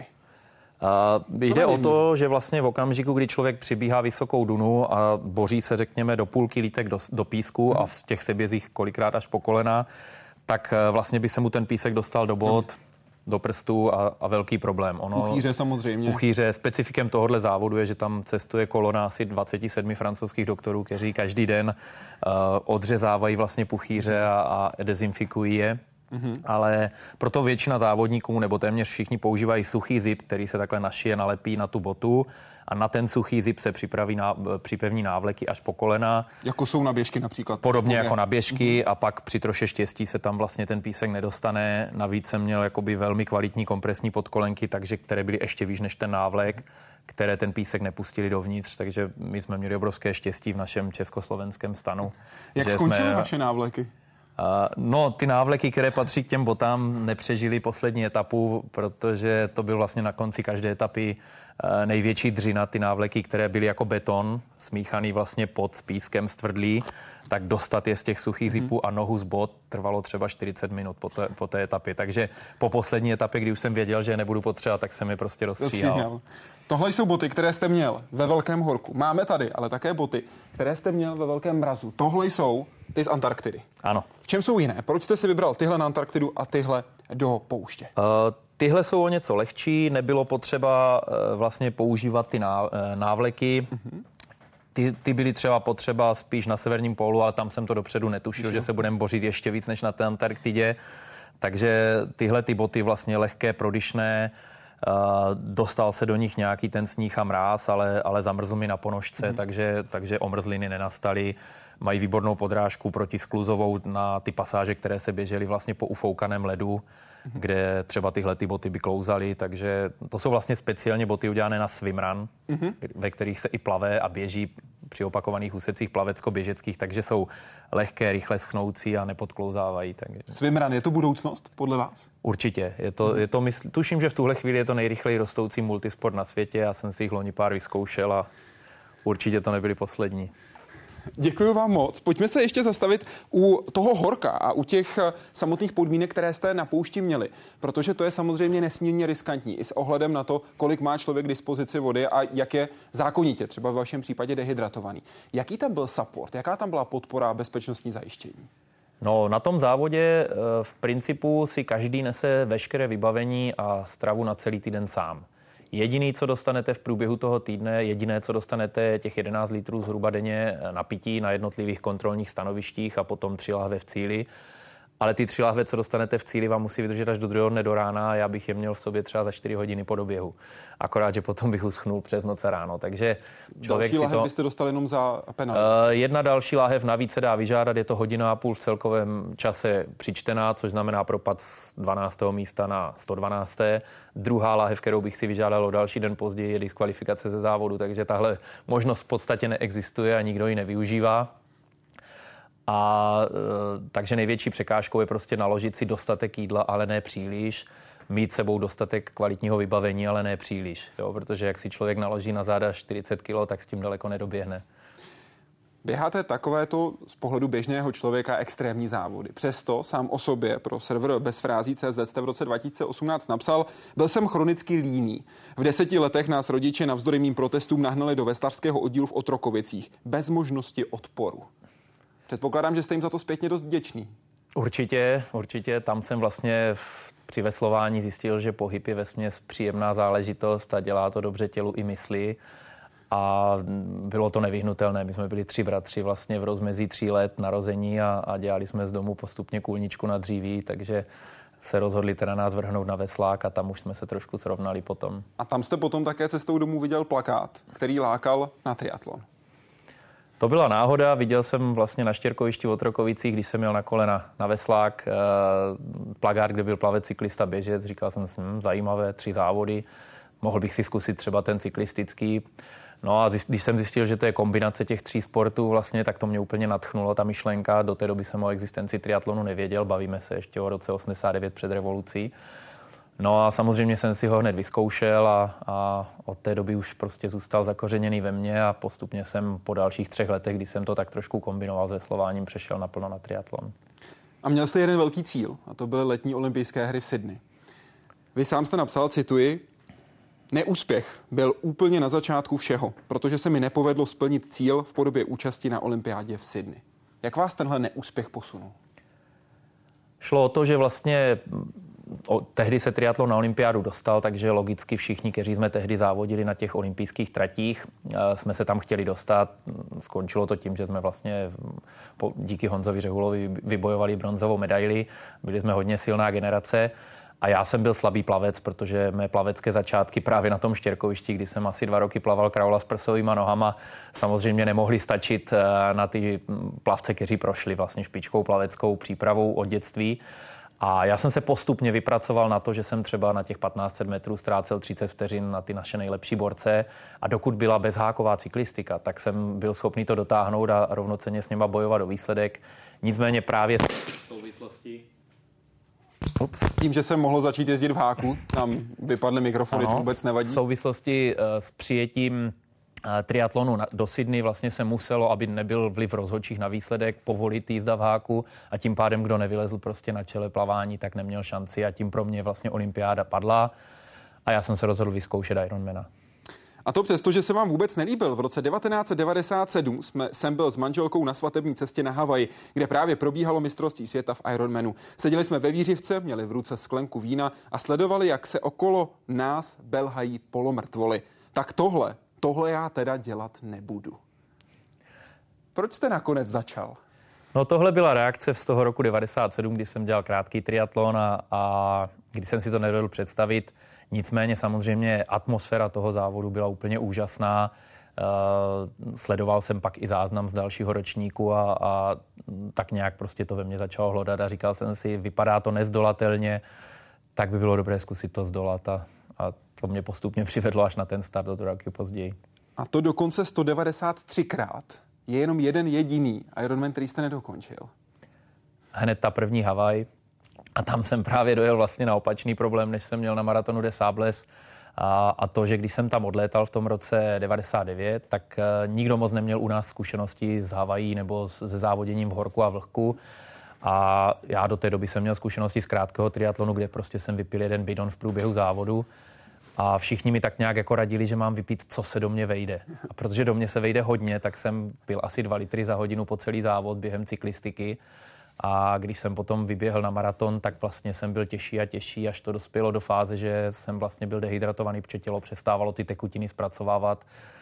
Jde o to, že vlastně v okamžiku, kdy člověk přibíhá vysokou dunu a boří se, řekněme, do půlky lítek do písku a v těch sebězích kolikrát až po kolena, tak vlastně by se mu ten písek dostal do bot, do prstů a velký problém. Puchýře samozřejmě. Puchýře. Specifikem tohohle závodu je, že tam cestuje kolona asi 27 francouzských doktorů, kteří každý den odřezávají vlastně puchýře a dezinfikují je. Ale proto většina závodníků, nebo téměř všichni používají suchý zip, který se takhle našije, nalepí na tu botu a na ten suchý zip se připevní návleky až po kolena. Jako jsou na běžky například. Podobně jako na běžky a pak při troše štěstí se tam vlastně ten písek nedostane. Navíc jsem měl jakoby velmi kvalitní kompresní podkolenky, takže které byly ještě výš než ten návlek, které ten písek nepustili dovnitř, takže my jsme měli obrovské štěstí v našem československém stanu. Jak skončily vaše návleky? No, ty návleky, které patří k těm botám, nepřežili poslední etapu, protože to byl vlastně na konci každé etapy největší dřina, ty návleky, které byly jako beton, smíchaný vlastně pod s pískem stvrdlý, tak dostat je z těch suchých zipů a nohu z bot trvalo třeba 40 minut po té etapě. Takže po poslední etapě, kdy už jsem věděl, že je nebudu potřebovat, tak jsem je prostě rozstříhal. Tohle jsou boty, které jste měl ve velkém horku. Máme tady ale také boty, které jste měl ve velkém mrazu. Tohle jsou ty z Antarktidy. Ano. V čem jsou jiné? Proč jste si vybral tyhle na Antarktidu a tyhle do pouště? Tyhle jsou o něco lehčí, nebylo potřeba vlastně používat ty návleky. Ty byly třeba potřeba spíš na severním pólu, ale tam jsem to dopředu netušil, že se budeme bořit ještě víc než na té Antarktidě. Takže tyhle ty boty vlastně lehké, prodyšné, dostal se do nich nějaký ten sníh a mráz, ale zamrzl mi na ponožce, takže omrzliny nenastaly. Mají výbornou podrážku protiskluzovou na ty pasáže, které se běžely vlastně po ufoukaném ledu, kde třeba tyhle ty boty by klouzaly, takže to jsou vlastně speciálně boty udělané na swimrun, ve kterých se i plave a běží při opakovaných úsecích plavecko-běžeckých, takže jsou lehké, rychle schnoucí a nepodklouzávají. Takže... Swimrun, je to budoucnost podle vás? Určitě. Tuším, že v tuhle chvíli je to nejrychleji rostoucí multisport na světě. Já jsem si jich loni pár vyzkoušel a určitě to nebyly poslední. Děkuji vám moc. Pojďme se ještě zastavit u toho horka a u těch samotných podmínek, které jste na poušti měli, protože to je samozřejmě nesmírně riskantní i s ohledem na to, kolik má člověk k dispozici vody a jak je zákonitě, třeba v vašem případě dehydratovaný. Jaký tam byl support, jaká tam byla podpora a bezpečnostní zajištění? No, na tom závodě v principu si každý nese veškeré vybavení a stravu na celý týden sám. Jediné, co dostanete v průběhu toho týdne, co dostanete těch 11 litrů zhruba denně na pití na jednotlivých kontrolních stanovištích a potom 3 lahve v cíli. Ale ty 3 lahve, co dostanete v cíli, vám musí vydržet až do druhého dne do rána a já bych je měl v sobě třeba za 4 hodiny po doběhu. Akorát, že potom bych uschnul přes noc a ráno. Takže další lahev byste dostal jenom za penaltu? Jedna další láhev navíc se dá vyžádat, je to 1,5 hodiny v celkovém čase přičtená, což znamená propad z 12. místa na 112. Druhá láhev, kterou bych si vyžádal o další den později, je diskvalifikace ze závodu, takže tahle možnost v podstatě neexistuje a nikdo ji nevyužívá. Takže největší překážkou je prostě naložit si dostatek jídla, ale ne příliš. Mít sebou dostatek kvalitního vybavení, ale ne příliš. Jo? Protože jak si člověk naloží na záda 40 kg, tak s tím daleko nedoběhne. Běháte takovéto z pohledu běžného člověka extrémní závody. Přesto sám o sobě pro server bezfrází.cz jste v roce 2018 napsal: byl jsem chronicky líný. V 10 letech nás rodiče navzdory mým protestům nahnali do veslařského oddílu v Otrokovicích. Bez možnosti odporu. Předpokládám, že jste jim za to zpětně dost vděčný. Určitě. Tam jsem vlastně při veslování zjistil, že pohyb je vesměs příjemná záležitost a dělá to dobře tělu i mysli. A bylo to nevyhnutelné. My jsme byli 3 bratři vlastně v rozmezí 3 let narození a dělali jsme z domu postupně kůlničku na dříví, takže se rozhodli teda nás vrhnout na veslák a tam už jsme se trošku srovnali potom. A tam jste potom také cestou domů viděl plakát, který lákal na triatlon. To byla náhoda, viděl jsem vlastně na štěrkovišti v Otrokovicích, když jsem jel na kole na veslák, plakát, kde byl plavec, cyklista, běžec, říkal jsem si, zajímavé, 3 závody, mohl bych si zkusit třeba ten cyklistický. No a když jsem zjistil, že to je kombinace těch 3 sportů vlastně, tak to mě úplně nadchnulo, ta myšlenka. Do té doby jsem o existenci triatlonu nevěděl, bavíme se ještě o roce 89 před revolucí. No a samozřejmě jsem si ho hned vyzkoušel a od té doby už prostě zůstal zakořeněný ve mně a postupně jsem po dalších 3 letech, kdy jsem to tak trošku kombinoval s veslováním, přešel naplno na triatlon. A měl jste jeden velký cíl, a to byly letní olympijské hry v Sydney. Vy sám jste napsal, cituji, neúspěch byl úplně na začátku všeho, protože se mi nepovedlo splnit cíl v podobě účasti na olympiádě v Sydney. Jak vás tenhle neúspěch posunul? Šlo o to, že vlastně tehdy se triatlon na olympiádu dostal, takže logicky všichni, kteří jsme tehdy závodili na těch olympijských tratích, jsme se tam chtěli dostat. Skončilo to tím, že jsme vlastně díky Honzovi Řehulovi vybojovali bronzovou medaili. Byli jsme hodně silná generace. A já jsem byl slabý plavec, protože mé plavecké začátky právě na tom štěrkovišti, kdy jsem asi 2 roky plaval kraula s prsovýma nohama, samozřejmě nemohly stačit na ty plavce, kteří prošli vlastně špičkou plaveckou přípravou od dětství. A já jsem se postupně vypracoval na to, že jsem třeba na těch 1500 metrů ztrácel 30 vteřin na ty naše nejlepší borce a dokud byla bezháková cyklistika, tak jsem byl schopný to dotáhnout a rovnocenně s něma bojovat o výsledek. Nicméně právě v souvislosti tím, že se mohlo začít jezdit v háku, nám vypadly mikrofony, to vůbec nevadí. V souvislosti s přijetím triatlonu do Sydney vlastně se muselo, aby nebyl vliv rozhodčích na výsledek, povolit jízda v háku a tím pádem, kdo nevylezl prostě na čele plavání, tak neměl šanci a tím pro mě vlastně olympiáda padla a já jsem se rozhodl vyzkoušet Ironmana. A to přesto, že se vám vůbec nelíbil. V roce 1997 jsem byl s manželkou na svatební cestě na Havaji, kde právě probíhalo mistrovství světa v Ironmanu. Seděli jsme ve vířivce, měli v ruce sklenku vína a sledovali, jak se okolo nás belhají polomrtvoly. Tak tohle já teda dělat nebudu. Proč jste nakonec začal? No tohle byla reakce z toho roku 97, kdy jsem dělal krátký triatlon a když jsem si to nedovedl představit. Nicméně samozřejmě atmosféra toho závodu byla úplně úžasná. Sledoval jsem pak i záznam z dalšího ročníku a tak nějak prostě to ve mně začalo hlodat a říkal jsem si, vypadá to nezdolatelně, tak by bylo dobré zkusit to zdolat a to mě postupně přivedlo až na ten start o 2 roky později. A to dokonce 193krát je jenom jeden jediný Ironman, který jste nedokončil. Hned ta první Havaj. A tam jsem právě dojel vlastně na opačný problém, než jsem měl na maratonu des Sables. A to, že když jsem tam odlétal v tom roce 99, tak nikdo moc neměl u nás zkušenosti z Havají nebo se závoděním v horku a vlhku. A já do té doby jsem měl zkušenosti z krátkého triatlonu, kde prostě jsem vypil 1 bidon v průběhu závodu. A všichni mi tak nějak jako radili, že mám vypít, co se do mě vejde. A protože do mě se vejde hodně, tak jsem pil asi 2 litry za hodinu po celý závod během cyklistiky. A když jsem potom vyběhl na maraton, tak vlastně jsem byl těžší a těžší, až to dospělo do fáze, že jsem vlastně byl dehydratovaný, protože tělo přestávalo ty tekutiny zpracovávat.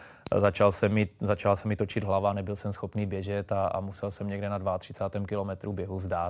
Začala se mi točit hlava, nebyl jsem schopný běžet a musel jsem někde na 32. kilometru běhu vzdát.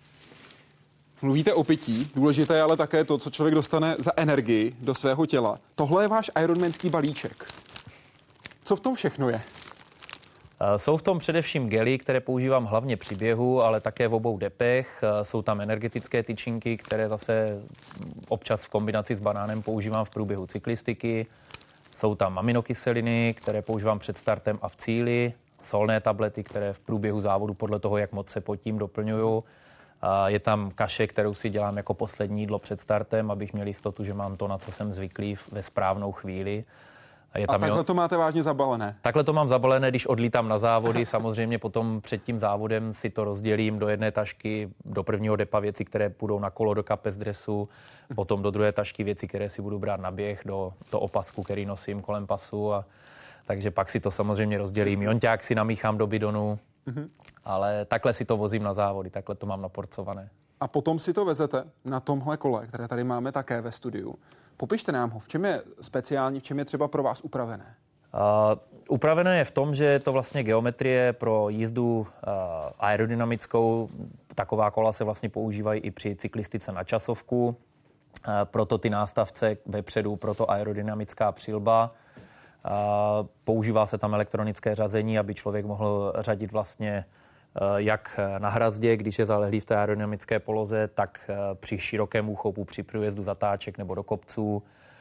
Mluvíte o pití, důležité je ale také to, co člověk dostane za energii do svého těla. Tohle je váš ironmanský balíček. Co v tom všechno je? Jsou v tom především gely, které používám hlavně při běhu, ale také v obou depech. Jsou tam energetické tyčinky, které zase občas v kombinaci s banánem používám v průběhu cyklistiky. Jsou tam aminokyseliny, které používám před startem a v cíli. Solné tablety, které v průběhu závodu podle toho, jak moc se potím, doplňuju. Je tam kaše, kterou si dělám jako poslední jídlo před startem, abych měl jistotu, že mám to, na co jsem zvyklý ve správnou chvíli. A takhle to máte vážně zabalené? Takhle to mám zabalené, když odlítám na závody. Samozřejmě potom před tím závodem si to rozdělím do jedné tašky, do prvního depa věci, které půjdou na kolo do kapes dresu, potom do druhé tašky věci, které si budu brát na běh, do opasku, který nosím kolem pasu. Takže pak si to samozřejmě rozdělím. Jonťák si namíchám do bidonu, ale takhle si to vozím na závody, takhle to mám naporcované. A potom si to vezete na tomhle kole, které tady máme také ve studiu. Popište nám ho, v čem je speciální, v čem je třeba pro vás upravené? Upravené je v tom, že je to vlastně geometrie pro jízdu aerodynamickou Taková kola se vlastně používají i při cyklistice na časovku, proto ty nástavce vepředu, proto aerodynamická přilba. Používá se tam elektronické řazení, aby člověk mohl řadit vlastně jak na hrazdě, když je zalehlý v té aerodynamické poloze, tak při širokém úchopu, při průjezdu zatáček nebo do kopců.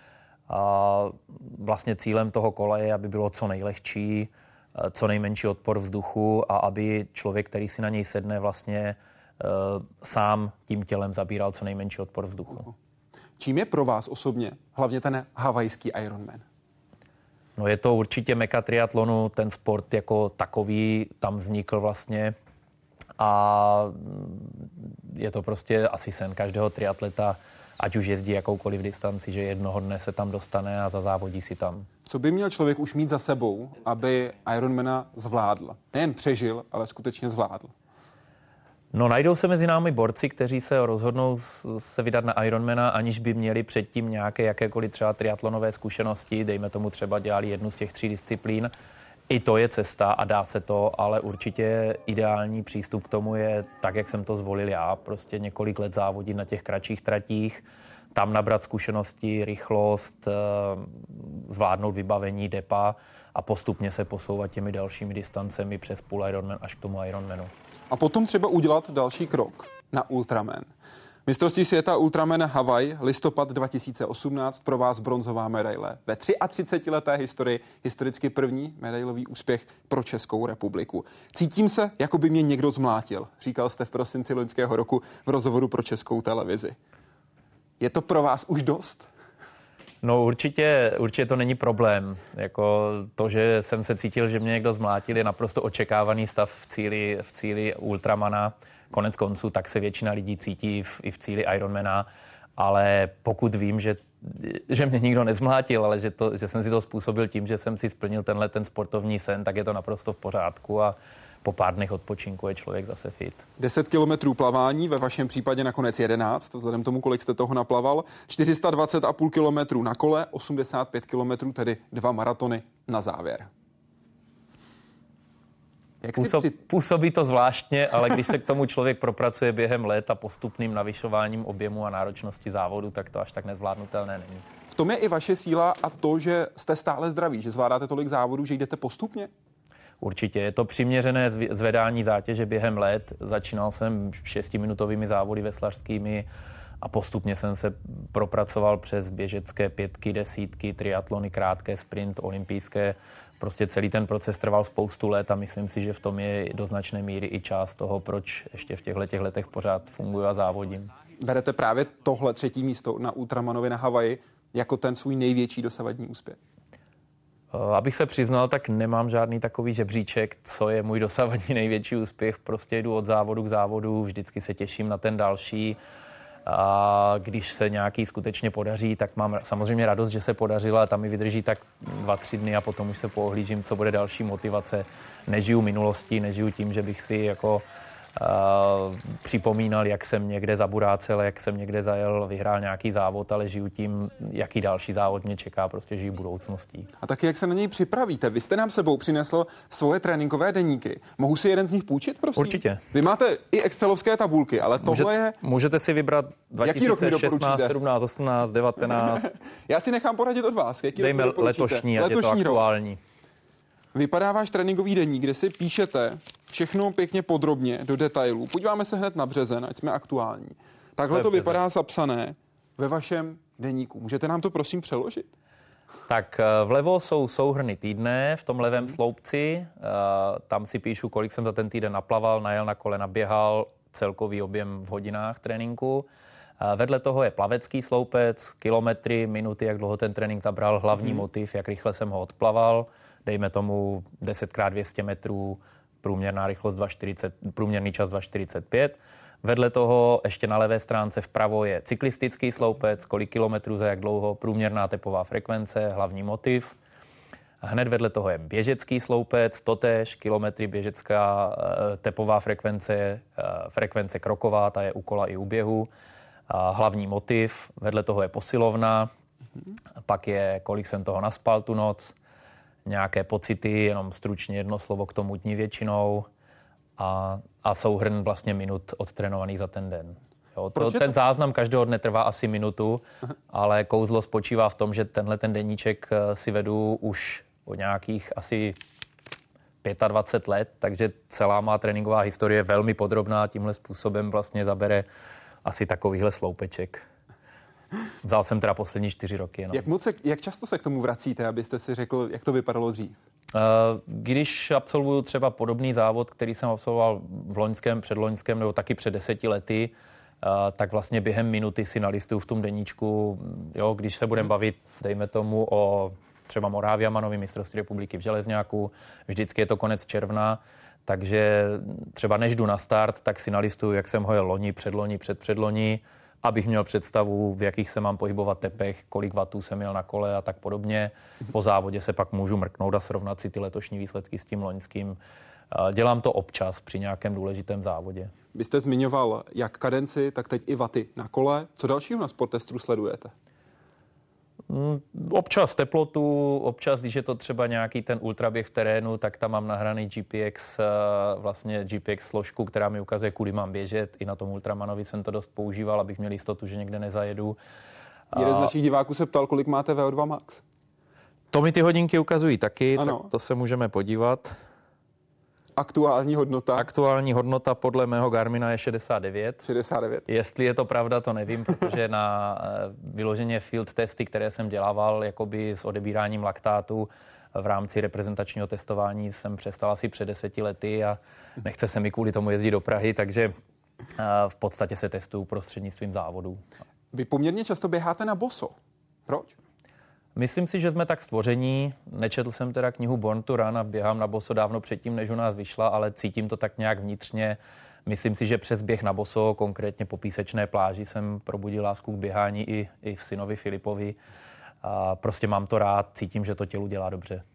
Vlastně cílem toho kola je, aby bylo co nejlehčí, co nejmenší odpor vzduchu a aby člověk, který si na něj sedne, vlastně sám tím tělem zabíral co nejmenší odpor vzduchu. Čím je pro vás osobně hlavně ten havajský Ironman? No je to určitě meka triatlonu, ten sport jako takový tam vznikl vlastně a je to prostě asi sen každého triatleta, ať už jezdí jakoukoliv distanci, že jednoho dne se tam dostane a zazávodí si tam. Co by měl člověk už mít za sebou, aby Ironmana zvládl? Nejen přežil, ale skutečně zvládl. No, najdou se mezi námi borci, kteří se rozhodnou se vydat na Ironmana, aniž by měli předtím nějaké jakékoliv třeba triatlonové zkušenosti, dejme tomu třeba dělali jednu z těch 3 disciplín. I to je cesta a dá se to, ale určitě ideální přístup k tomu je tak, jak jsem to zvolil já, prostě několik let závodit na těch kratších tratích, tam nabrat zkušenosti, rychlost, zvládnout vybavení, depa a postupně se posouvat těmi dalšími distancemi přes půl Ironman až k tomu Ironmanu. A potom třeba udělat další krok na Ultraman. Mistrovství světa Ultraman Havaj, listopad 2018, pro vás bronzová medaile. Ve 33leté historii historicky první medailový úspěch pro Českou republiku. Cítím se, jako by mě někdo zmlátil, říkal jste v prosinci loňského roku v rozhovoru pro Českou televizi. Je to pro vás už dost? No určitě to není problém. Jako to, že jsem se cítil, že mě někdo zmlátil, je naprosto očekávaný stav v cíli Ultramana. Konec konců tak se většina lidí cítí i v cíli Ironmana, ale pokud vím, že mě nikdo nezmlátil, ale že jsem si to způsobil tím, že jsem si splnil ten sportovní sen, tak je to naprosto v pořádku a po pár dnech odpočinku je člověk zase fit. 10 kilometrů plavání, ve vašem případě nakonec 11, vzhledem tomu, kolik jste toho naplaval, 420,5 kilometrů na kole, 85 kilometrů, tedy 2 maratony na závěr. Působí to zvláštně, ale když se k tomu člověk propracuje během let a postupným navyšováním objemu a náročnosti závodu, tak to až tak nezvládnutelné není. V tom je i vaše síla a to, že jste stále zdraví, že zvládáte tolik závodů, že jdete postupně? Určitě. Je to přiměřené zvedání zátěže během let. Začínal jsem 6minutovými závody veslařskými a postupně jsem se propracoval přes běžecké 5, 10, triatlony, krátké, sprint, olympijské. Prostě celý ten proces trval spoustu let a myslím si, že v tom je do značné míry i část toho, proč ještě v těchto letech pořád funguji a závodím. Berete právě tohle 3. místo na Ultramanovi na Havaji jako ten svůj největší dosavadní úspěch? Abych se přiznal, tak nemám žádný takový žebříček, co je můj dosavadní největší úspěch. Prostě jdu od závodu k závodu, vždycky se těším na ten další. A když se nějaký skutečně podaří, tak mám samozřejmě radost, že se podařilo a tam mi vydrží tak 2-3 dny a potom už se poohlížím, co bude další motivace. Nežiju minulostí, nežiju tím, že bych si jako připomínal, jak jsem někde zaburácel, jak jsem někde zajel, vyhrál nějaký závod, ale žiju tím, jaký další závod mě čeká, prostě žiju budoucností. A taky jak se na něj připravíte? Vy jste nám sebou přinesl svoje tréninkové deníky. Mohu si jeden z nich půjčit, prosím? Určitě. Vy máte i excelovské tabulky, ale tohle je... Můžete si vybrat 2016, 17, 18, 19. Já si nechám poradit od vás. Jaký dejme rok letošní, ať je to aktuální. Rok. Vypadá váš tréninkový deník, kde si píšete všechno pěkně podrobně do detailů. Podíváme se hned na březen, ať jsme aktuální. Takhle to vypadá zapsané ve vašem deníku. Můžete nám to prosím přeložit? Tak vlevo jsou souhrny týdne, v tom levém sloupci. Tam si píšu, kolik jsem za ten týden naplaval, najel na kole, naběhal, celkový objem v hodinách tréninku. Vedle toho je plavecký sloupec, kilometry, minuty, jak dlouho ten trénink zabral, hlavní motiv, jak rychle jsem ho odplaval. Dejme tomu 10x200 metrů, průměrná rychlost 2,40, průměrný čas 2,45. Vedle toho ještě na levé stránce vpravo je cyklistický sloupec, kolik kilometrů za jak dlouho, průměrná tepová frekvence, hlavní motiv. Hned vedle toho je běžecký sloupec, totéž, kilometry, běžecká tepová frekvence, frekvence kroková, ta je u kola i u běhu. Hlavní motiv, vedle toho je posilovna, pak je, kolik jsem toho naspal tu noc, nějaké pocity, jenom stručně jedno slovo k tomu dni většinou a souhrn vlastně minut odtrénovaných za ten den. Jo, ten záznam každého dne trvá asi minutu, ale kouzlo spočívá v tom, že tenhle ten deníček si vedu už od nějakých asi 25 let, takže celá má tréninková historie je velmi podrobná, tímhle způsobem vlastně zabere asi takovýhle sloupeček. Vzal jsem teda poslední 4 roky. No. Jak často se k tomu vracíte, abyste si řekl, jak to vypadalo dřív? Když absolvuju třeba podobný závod, který jsem absolvoval v loňském, předloňském nebo taky před 10 lety, tak vlastně během minuty si nalistuju v tom deníčku, jo, když se budeme bavit, dejme tomu, o třeba Moráviamanovi, mistrovství republiky v železňáku, vždycky je to konec června, takže třeba než jdu na start, tak si nalistuju, jak jsem hojel loni, předloni, předloni, abych měl představu, v jakých se mám pohybovat tepech, kolik vatů jsem měl na kole a tak podobně. Po závodě se pak můžu mrknout a srovnat si ty letošní výsledky s tím loňským. Dělám to občas při nějakém důležitém závodě. Vy jste zmiňoval jak kadenci, tak teď i vaty na kole. Co dalšího na Sportestru sledujete? Občas teplotu, občas, když je to třeba nějaký ten ultraběh v terénu, tak tam mám nahraný GPX složku, která mi ukazuje, kudy mám běžet. I na tom Ultramanovi jsem to dost používal, abych měl jistotu, že někde nezajedu. Jeden z našich diváků se ptal, kolik máte VO2 max. To mi ty hodinky ukazují taky, tak to se můžeme podívat. Aktuální hodnota podle mého Garmina je 69. 69. Jestli je to pravda, to nevím, protože na vyloženě field testy, které jsem dělával jakoby s odebíráním laktátu v rámci reprezentačního testování, jsem přestal asi před 10 lety a nechce se mi kvůli tomu jezdit do Prahy, takže v podstatě se testuju prostřednictvím závodů. Vy poměrně často běháte na boso. Proč? Myslím si, že jsme tak stvoření. Nečetl jsem teda knihu Born to Run a běhám na boso dávno předtím, než u nás vyšla, ale cítím to tak nějak vnitřně. Myslím si, že přes běh na boso, konkrétně po písečné pláži, jsem probudil lásku k běhání i v synovi Filipovi. A prostě mám to rád, cítím, že to tělu dělá dobře.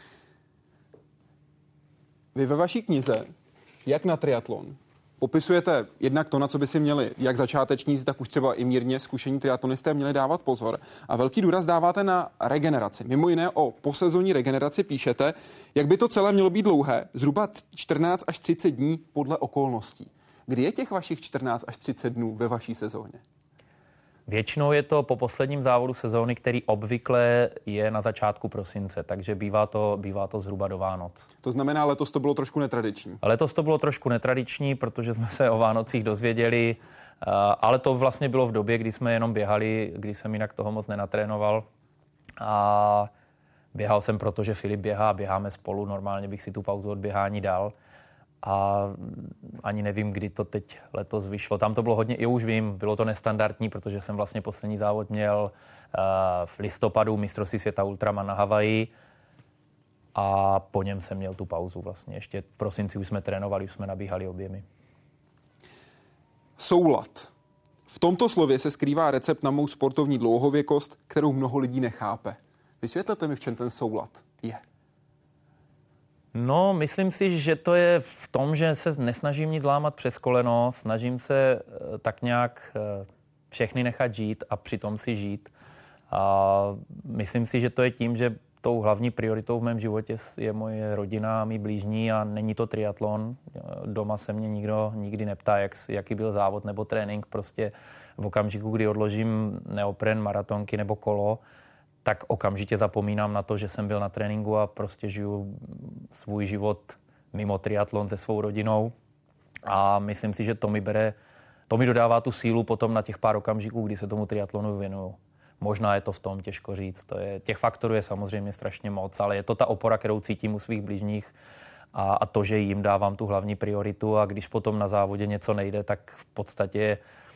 Vy ve vaší knize, jak na triatlon, popisujete jednak to, na co by si měli jak začátečníci, tak už třeba i mírně zkušení triatlonisté měli dávat pozor. A velký důraz dáváte na regeneraci. Mimo jiné o posezonní regeneraci píšete, jak by to celé mělo být dlouhé, zhruba 14 až 30 dní podle okolností. Kdy je těch vašich 14 až 30 dnů ve vaší sezóně? Většinou je to po posledním závodu sezóny, který obvykle je na začátku prosince, takže bývá to zhruba do Vánoc. To znamená, letos to bylo trošku netradiční. Letos to bylo trošku netradiční, protože jsme se o Vánocích dozvěděli, ale to vlastně bylo v době, kdy jsme jenom běhali, kdy jsem jinak toho moc nenatrénoval. A běhal jsem, protože Filip běhá a běháme spolu, normálně bych si tu pauzu od běhání dal. A ani nevím, kdy to teď letos vyšlo. Tam to bylo hodně, i už vím, bylo to nestandardní, protože jsem vlastně poslední závod měl v listopadu mistrovství světa Ultraman na Havaji a po něm jsem měl tu pauzu vlastně. Ještě v prosinci už jsme trénovali, už jsme nabíhali objemy. Soulad. V tomto slově se skrývá recept na mou sportovní dlouhověkost, kterou mnoho lidí nechápe. Vysvětlete mi, v čem ten soulad je. No, myslím si, že to je v tom, že se nesnažím nic lámat přes koleno, snažím se tak nějak všechny nechat žít a přitom si žít. A myslím si, že to je tím, že tou hlavní prioritou v mém životě je moje rodina, mý blížní a není to triatlon. Doma se mě nikdo nikdy neptá, jaký byl závod nebo trénink. Prostě v okamžiku, kdy odložím neopren, maratonky nebo kolo, tak okamžitě zapomínám na to, že jsem byl na tréninku a prostě žiju svůj život mimo triatlon se svou rodinou. A myslím si, že to mi dodává tu sílu potom na těch pár okamžiků, kdy se tomu triatlonu věnuju. Možná je to v tom, těžko říct. Těch faktorů je samozřejmě strašně moc, ale je to ta opora, kterou cítím u svých bližních a to, že jim dávám tu hlavní prioritu a když potom na závodě něco nejde, tak v podstatě,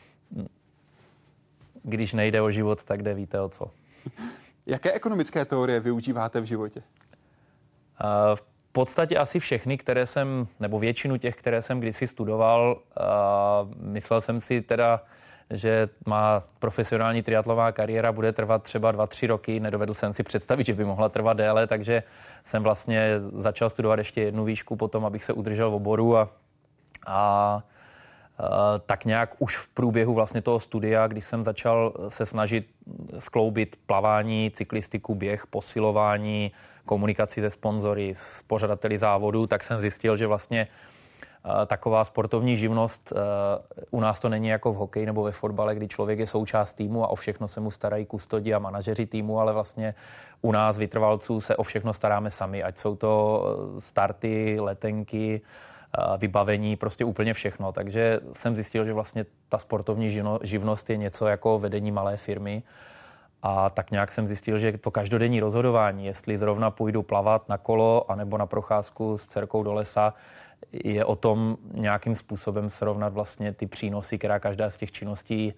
když nejde o život, tak jde víte o co. Jaké ekonomické teorie využíváte v životě? V podstatě asi všechny, nebo většinu těch, které jsem kdysi studoval. Myslel jsem si teda, že má profesionální triatlová kariéra bude trvat třeba 2-3 roky. Nedovedl jsem si představit, že by mohla trvat déle, takže jsem vlastně začal studovat ještě jednu výšku potom, abych se udržel v oboru a tak nějak už v průběhu vlastně toho studia, když jsem začal se snažit skloubit plavání, cyklistiku, běh, posilování, komunikaci se sponzory, s pořadateli závodu, tak jsem zjistil, že vlastně taková sportovní živnost. U nás to není jako v hokeji nebo ve fotbale, kdy člověk je součást týmu a o všechno se mu starají kustodi a manažeři týmu, ale vlastně u nás vytrvalců se o všechno staráme sami, ať jsou to starty, letenky, vybavení, prostě úplně všechno. Takže jsem zjistil, že vlastně ta sportovní živnost je něco jako vedení malé firmy. A tak nějak jsem zjistil, že to každodenní rozhodování, jestli zrovna půjdu plavat na kolo anebo na procházku s dcerkou do lesa, je o tom nějakým způsobem srovnat vlastně ty přínosy, která každá z těch činností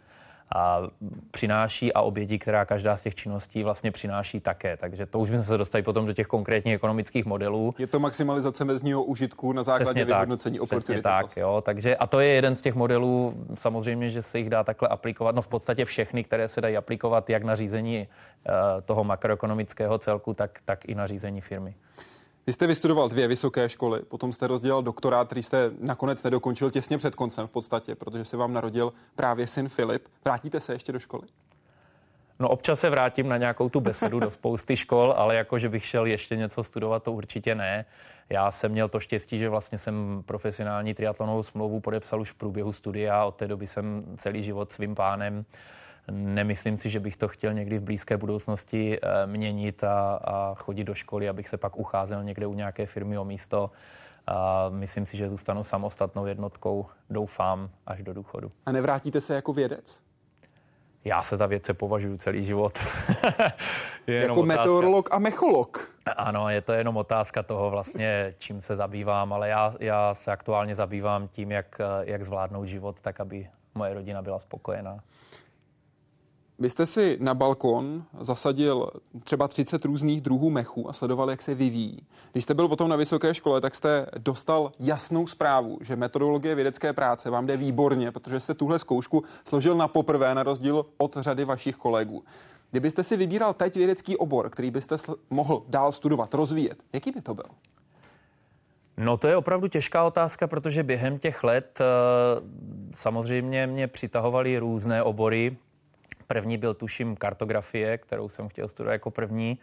přináší a oběti, která každá z těch činností vlastně přináší také. Takže to už bychom se dostali potom do těch konkrétních ekonomických modelů. Je to maximalizace mezního užitku na základě vyhodnocení opportunity tak, jo. Takže, a to je jeden z těch modelů, samozřejmě, že se jich dá takhle aplikovat. No v podstatě všechny, které se dají aplikovat jak na řízení toho makroekonomického celku, tak i na řízení firmy. Vy jste vystudoval 2 vysoké školy, potom jste rozdělal doktorát, který jste nakonec nedokončil těsně před koncem v podstatě, protože se vám narodil právě syn Filip. Vrátíte se ještě do školy? No občas se vrátím na nějakou tu besedu do spousty škol, ale jako, že bych šel ještě něco studovat, to určitě ne. Já jsem měl to štěstí, že vlastně jsem profesionální triatlonovou smlouvu podepsal už v průběhu studia, od té doby jsem celý život svým pánem. Nemyslím si, že bych to chtěl někdy v blízké budoucnosti měnit a chodit do školy, abych se pak ucházel někde u nějaké firmy o místo. Myslím si, že zůstanu samostatnou jednotkou, doufám, až do důchodu. A nevrátíte se jako vědec? Já se za vědce považuji celý život. Jako meteorolog a mecholog. Ano, je to jenom otázka toho vlastně, čím se zabývám, ale já se aktuálně zabývám tím, jak zvládnout život, tak aby moje rodina byla spokojená. Vy jste si na balkon zasadil třeba 30 různých druhů mechů a sledoval, jak se vyvíjí. Když jste byl potom na vysoké škole, tak jste dostal jasnou zprávu, že metodologie vědecké práce vám jde výborně, protože jste tuhle zkoušku složil na poprvé na rozdíl od řady vašich kolegů. Kdybyste si vybíral teď vědecký obor, který byste mohl dál studovat, rozvíjet, jaký by to byl? No to je opravdu těžká otázka, protože během těch let samozřejmě mě přitahovaly různé obory. První byl, tuším, kartografie, kterou jsem chtěl studovat jako první.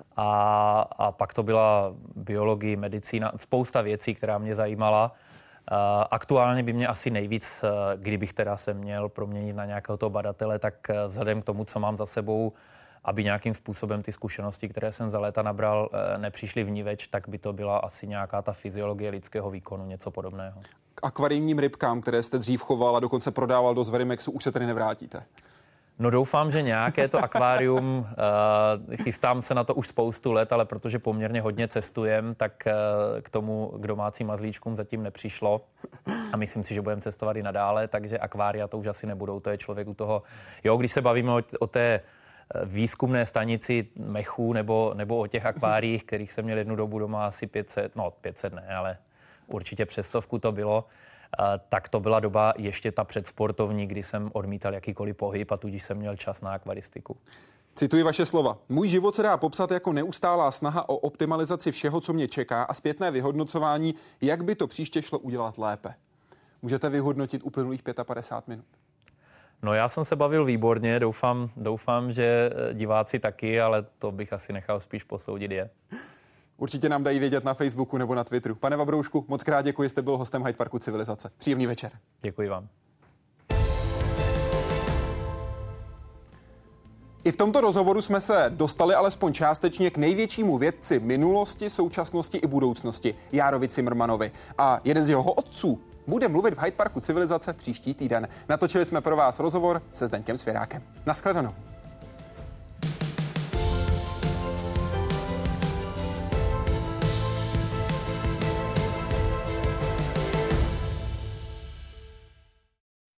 A pak to byla biologie, medicína, spousta věcí, která mě zajímala. Aktuálně by mě asi nejvíc, kdybych teda se měl proměnit na nějakého toho badatele, tak vzhledem k tomu, co mám za sebou, aby nějakým způsobem ty zkušenosti, které jsem za léta nabral, nepřišly vniveč, tak by to byla asi nějaká ta fyziologie lidského výkonu, něco podobného. K akvarijním rybkám, které jste dřív choval a dokonce prodával do Zverimexu, už se tedy nevrátíte? No doufám, že nějaké to akvárium, chystám se na to už spoustu let, ale protože poměrně hodně cestujem, tak k tomu, k domácím mazlíčkům zatím nepřišlo. A myslím si, že budeme cestovat i nadále, takže akvária to už asi nebudou, to je člověk u toho. Jo, když se bavíme o té výzkumné stanici mechů nebo o těch akváriích, kterých jsem měl jednu dobu doma asi 500 ne, ale určitě přes 100 to bylo, tak to byla doba ještě ta předsportovní, kdy jsem odmítal jakýkoliv pohyb a tudíž jsem měl čas na akvaristiku. Cituji vaše slova. Můj život se dá popsat jako neustálá snaha o optimalizaci všeho, co mě čeká a zpětné vyhodnocování, jak by to příště šlo udělat lépe. Můžete vyhodnotit uplynulých 55 minut? No já jsem se bavil výborně, doufám, že diváci taky, ale to bych asi nechal spíš posoudit je. Určitě nám dají vědět na Facebooku nebo na Twitteru. Pane Vabroušku, moc krát děkuji, jste byl hostem Hyde Parku Civilizace. Příjemný večer. Děkuji vám. I v tomto rozhovoru jsme se dostali alespoň částečně k největšímu vědci minulosti, současnosti i budoucnosti, Járovi Cimrmanovi. A jeden z jeho otců bude mluvit v Hyde Parku Civilizace příští týden. Natočili jsme pro vás rozhovor se Zdeňkem Svěrákem. Naschledanou.